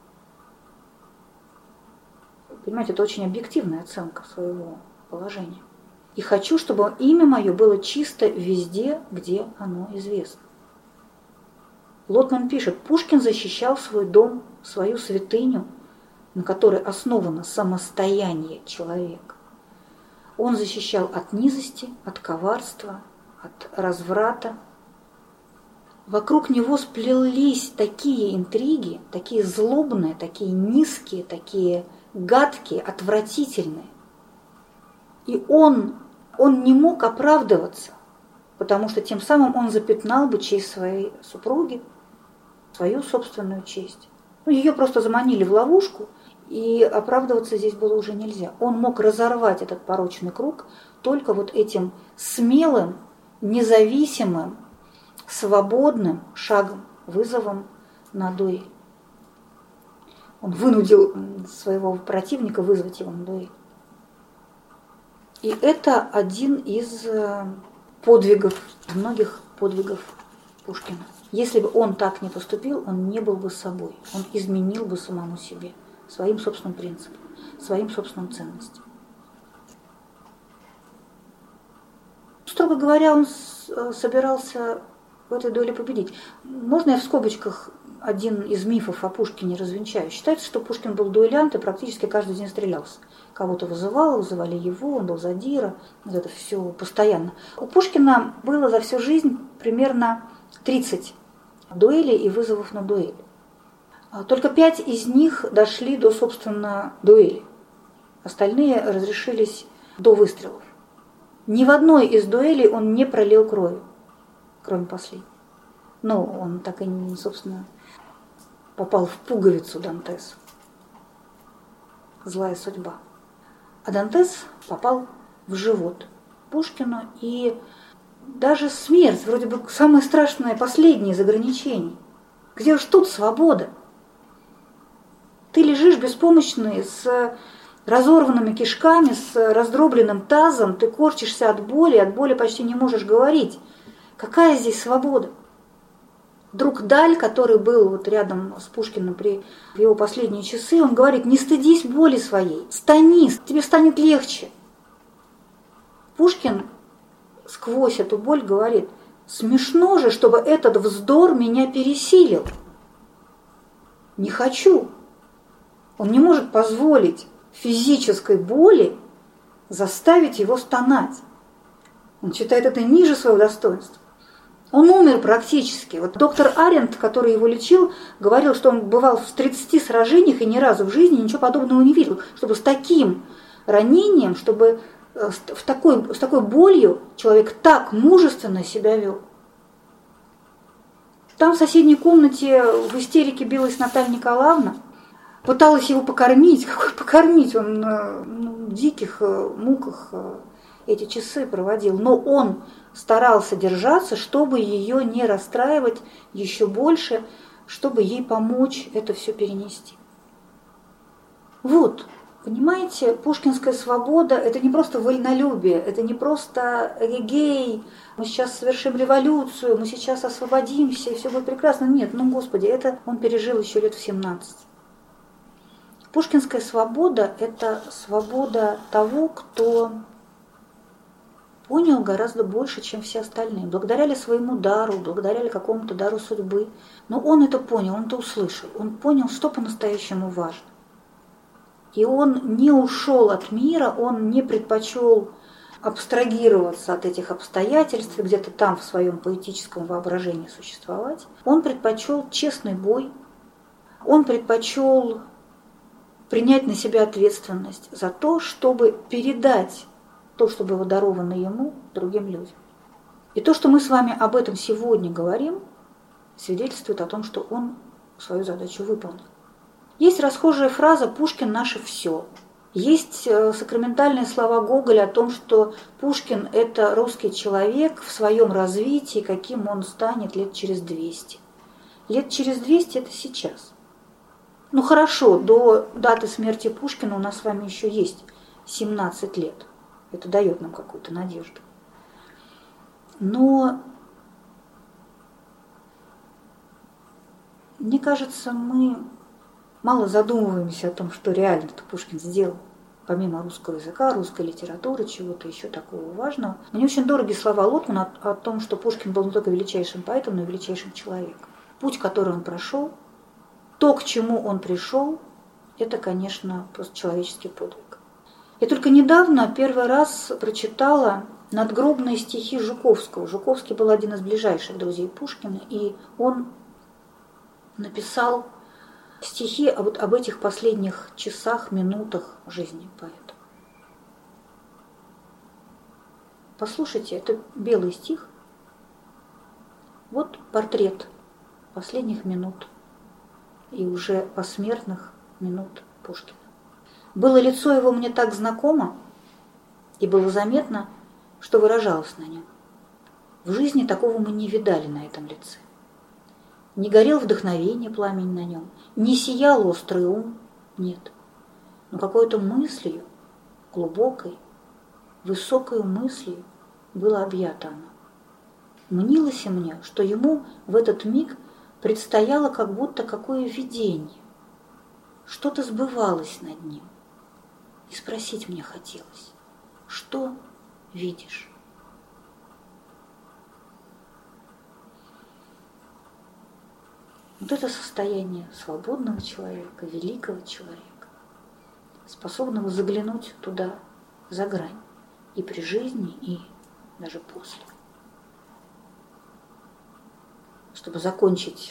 Понимаете, это очень объективная оценка своего положения. И хочу, чтобы имя мое было чисто везде, где оно известно. Лотман пишет: Пушкин защищал свой дом, свою святыню, на которой основано самостояние человека. Он защищал от низости, от коварства, от разврата. Вокруг него сплелись такие интриги, такие злобные, такие низкие, такие гадкие, отвратительные. И он не мог оправдываться, потому что тем самым он запятнал бы честь своей супруги, свою собственную честь. Ее просто заманили в ловушку, и оправдываться здесь было уже нельзя. Он мог разорвать этот порочный круг только вот этим смелым, независимым, свободным шагом, вызовом на дуэль. Он вынудил своего противника вызвать его на дуэль. И это один из подвигов, многих подвигов Пушкина. Если бы он так не поступил, он не был бы собой. Он изменил бы самому себе, своим собственным принципам, своим собственным ценностям. Строго говоря, он собирался в этой дуэли победить. Можно я в скобочках один из мифов о Пушкине развенчаю? Считается, что Пушкин был дуэлянт и практически каждый день стрелялся. Кого-то вызывали его, он был задира, вот это все постоянно. У Пушкина было за всю жизнь примерно 30 дуэлей и вызовов на дуэль. Только 5 из них дошли до, собственно, дуэли. Остальные разрешились до выстрелов. Ни в одной из дуэлей он не пролил крови, кроме последней. Но он так и, собственно, попал в пуговицу Дантесу. Злая судьба. А Дантес попал в живот Пушкину, и даже смерть, вроде бы самое страшное, последнее из ограничений. Где уж тут свобода? Ты лежишь беспомощный, с разорванными кишками, с раздробленным тазом, ты корчишься от боли почти не можешь говорить. Какая здесь свобода? Друг Даль, который был вот рядом с Пушкиным в его последние часы, он говорит: не стыдись боли своей, стани, тебе станет легче. Пушкин сквозь эту боль говорит: смешно же, чтобы этот вздор меня пересилил. Не хочу. Он не может позволить физической боли заставить его стонать. Он считает это ниже своего достоинства. Он умер практически. Вот доктор Арендт, который его лечил, говорил, что он бывал в 30 сражениях и ни разу в жизни ничего подобного не видел. Чтобы с таким ранением, чтобы с такой болью человек так мужественно себя вел. Там в соседней комнате в истерике билась Наталья Николаевна. Пыталась его покормить. Какой покормить? Он в диких муках эти часы проводил. Но он старался держаться, чтобы ее не расстраивать еще больше, чтобы ей помочь это все перенести. Вот, понимаете, пушкинская свобода – это не просто вольнолюбие, это не просто эгегей, мы сейчас совершим революцию, мы сейчас освободимся, и все будет прекрасно. Нет, Господи, это он пережил еще лет в 17. Пушкинская свобода – это свобода того, кто понял гораздо больше, чем все остальные. Благодаря ли своему дару, благодаря ли какому-то дару судьбы. Но он это понял, он это услышал. Он понял, что по-настоящему важно. И он не ушел от мира, он не предпочел абстрагироваться от этих обстоятельств и где-то там в своем поэтическом воображении существовать. Он предпочел честный бой, он предпочел принять на себя ответственность за то, чтобы передать то, что было даровано ему, другим людям. И то, что мы с вами об этом сегодня говорим, свидетельствует о том, что он свою задачу выполнил. Есть расхожая фраза «Пушкин – наше все». Есть сакраментальные слова Гоголя о том, что Пушкин – это русский человек в своем развитии, каким он станет лет через 200. Лет через 200 – это сейчас. Ну хорошо, до даты смерти Пушкина у нас с вами еще есть 17 лет. Это дает нам какую-то надежду. Но мне кажется, мы мало задумываемся о том, что реально-то Пушкин сделал, помимо русского языка, русской литературы, чего-то еще такого важного. Мне очень дороги слова Лотмана о том, что Пушкин был не только величайшим поэтом, но и величайшим человеком. Путь, который он прошел, то, к чему он пришел, это, конечно, просто человеческий подвиг. Я только недавно первый раз прочитала надгробные стихи Жуковского. Жуковский был один из ближайших друзей Пушкина, и он написал стихи об этих последних часах, минутах жизни поэта. Послушайте, это белый стих. Вот портрет последних минут и уже посмертных минут Пушкина. Было лицо его мне так знакомо, и было заметно, что выражалось на нем. В жизни такого мы не видали на этом лице. Не горел вдохновение пламень на нем, не сиял острый ум, нет. Но какой-то мыслью, глубокой, высокой мыслью было объято оно. Мнилось мне, что ему в этот миг предстояло как будто какое видение. Что-то сбывалось над ним. И спросить мне хотелось, что видишь? Вот это состояние свободного человека, великого человека, способного заглянуть туда, за грань, и при жизни, и даже после. Чтобы закончить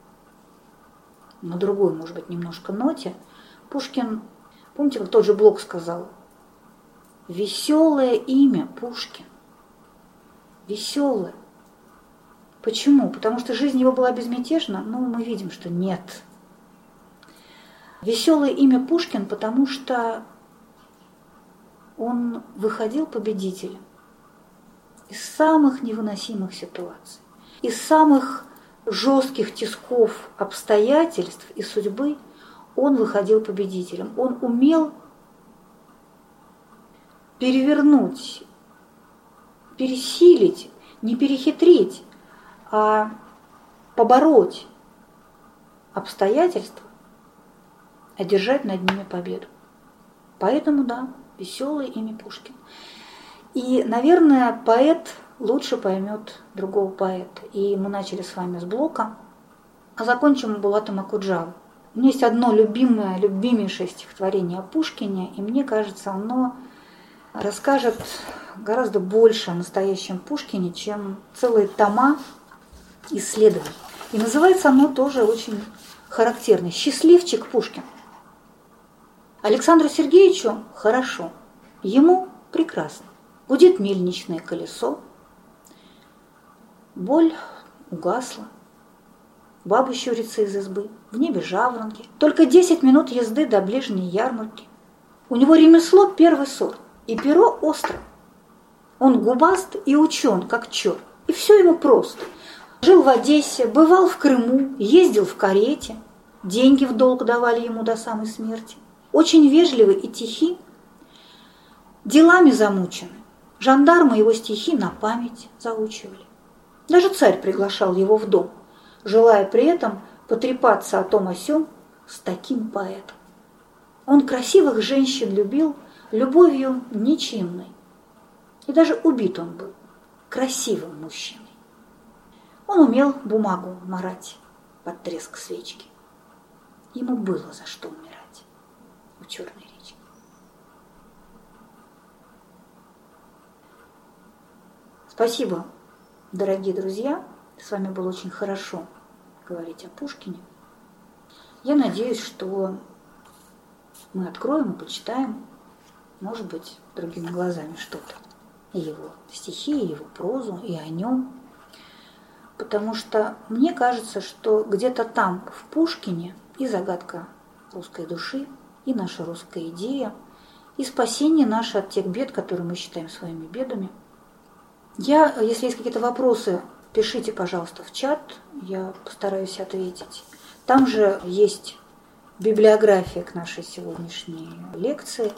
на другой, может быть, немножко ноте, Пушкин, помните, как тот же Блок сказал, веселое имя Пушкин. Веселое. Почему? Потому что жизнь его была безмятежна? Ну, мы видим, что нет. Веселое имя Пушкин, потому что он выходил победителем из самых невыносимых ситуаций, из самых жестких тисков обстоятельств и судьбы он выходил победителем. Он умел перевернуть, пересилить, не перехитрить, а побороть обстоятельства, одержать над ними победу. Поэтому, да, веселое имя Пушкин. И, наверное, поэт лучше поймет другого поэта. И мы начали с вами с Блока, а закончим Булатом Окуджавой. У меня есть одно любимейшее стихотворение о Пушкине, и мне кажется, оно расскажет гораздо больше о настоящем Пушкине, чем целые тома исследований. И называется оно тоже очень характерно. «Счастливчик Пушкин». Александру Сергеевичу хорошо, ему прекрасно. Гудит мельничное колесо, боль угасла, баба щурится из избы, в небе жаворонки. Только 10 минут езды до ближней ярмарки. У него ремесло первый сорт, и перо остро. Он губаст и учен, как черт, и все ему просто. Жил в Одессе, бывал в Крыму, ездил в карете, деньги в долг давали ему до самой смерти. Очень вежливый и тихий, делами замучены. Жандармы его стихи на память заучивали. Даже царь приглашал его в дом, желая при этом потрепаться о том о сём с таким поэтом. Он красивых женщин любил любовью нечинной. И даже убит он был красивым мужчиной. Он умел бумагу марать под треск свечки. Ему было за что умирать у Черной речки. Спасибо, дорогие друзья. С вами было очень хорошо говорить о Пушкине. Я надеюсь, что мы откроем и почитаем, может быть, другими глазами что-то. И его стихи, и его прозу, и о нем. Потому что мне кажется, что где-то там, в Пушкине, и загадка русской души, и наша русская идея, и спасение наше от тех бед, которые мы считаем своими бедами. Если есть какие-то вопросы, пишите, пожалуйста, в чат, я постараюсь ответить. Там же есть библиография к нашей сегодняшней лекции.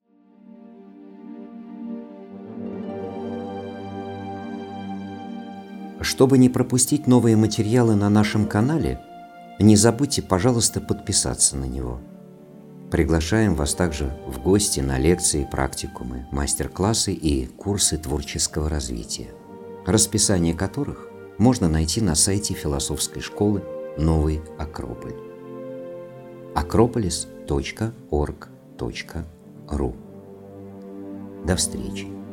Чтобы не пропустить новые материалы на нашем канале, не забудьте, пожалуйста, подписаться на него. Приглашаем вас также в гости на лекции, практикумы, мастер-классы и курсы творческого развития, расписание которых можно найти на сайте философской школы «Новый Акрополь» acropolis.org.ru. До встречи!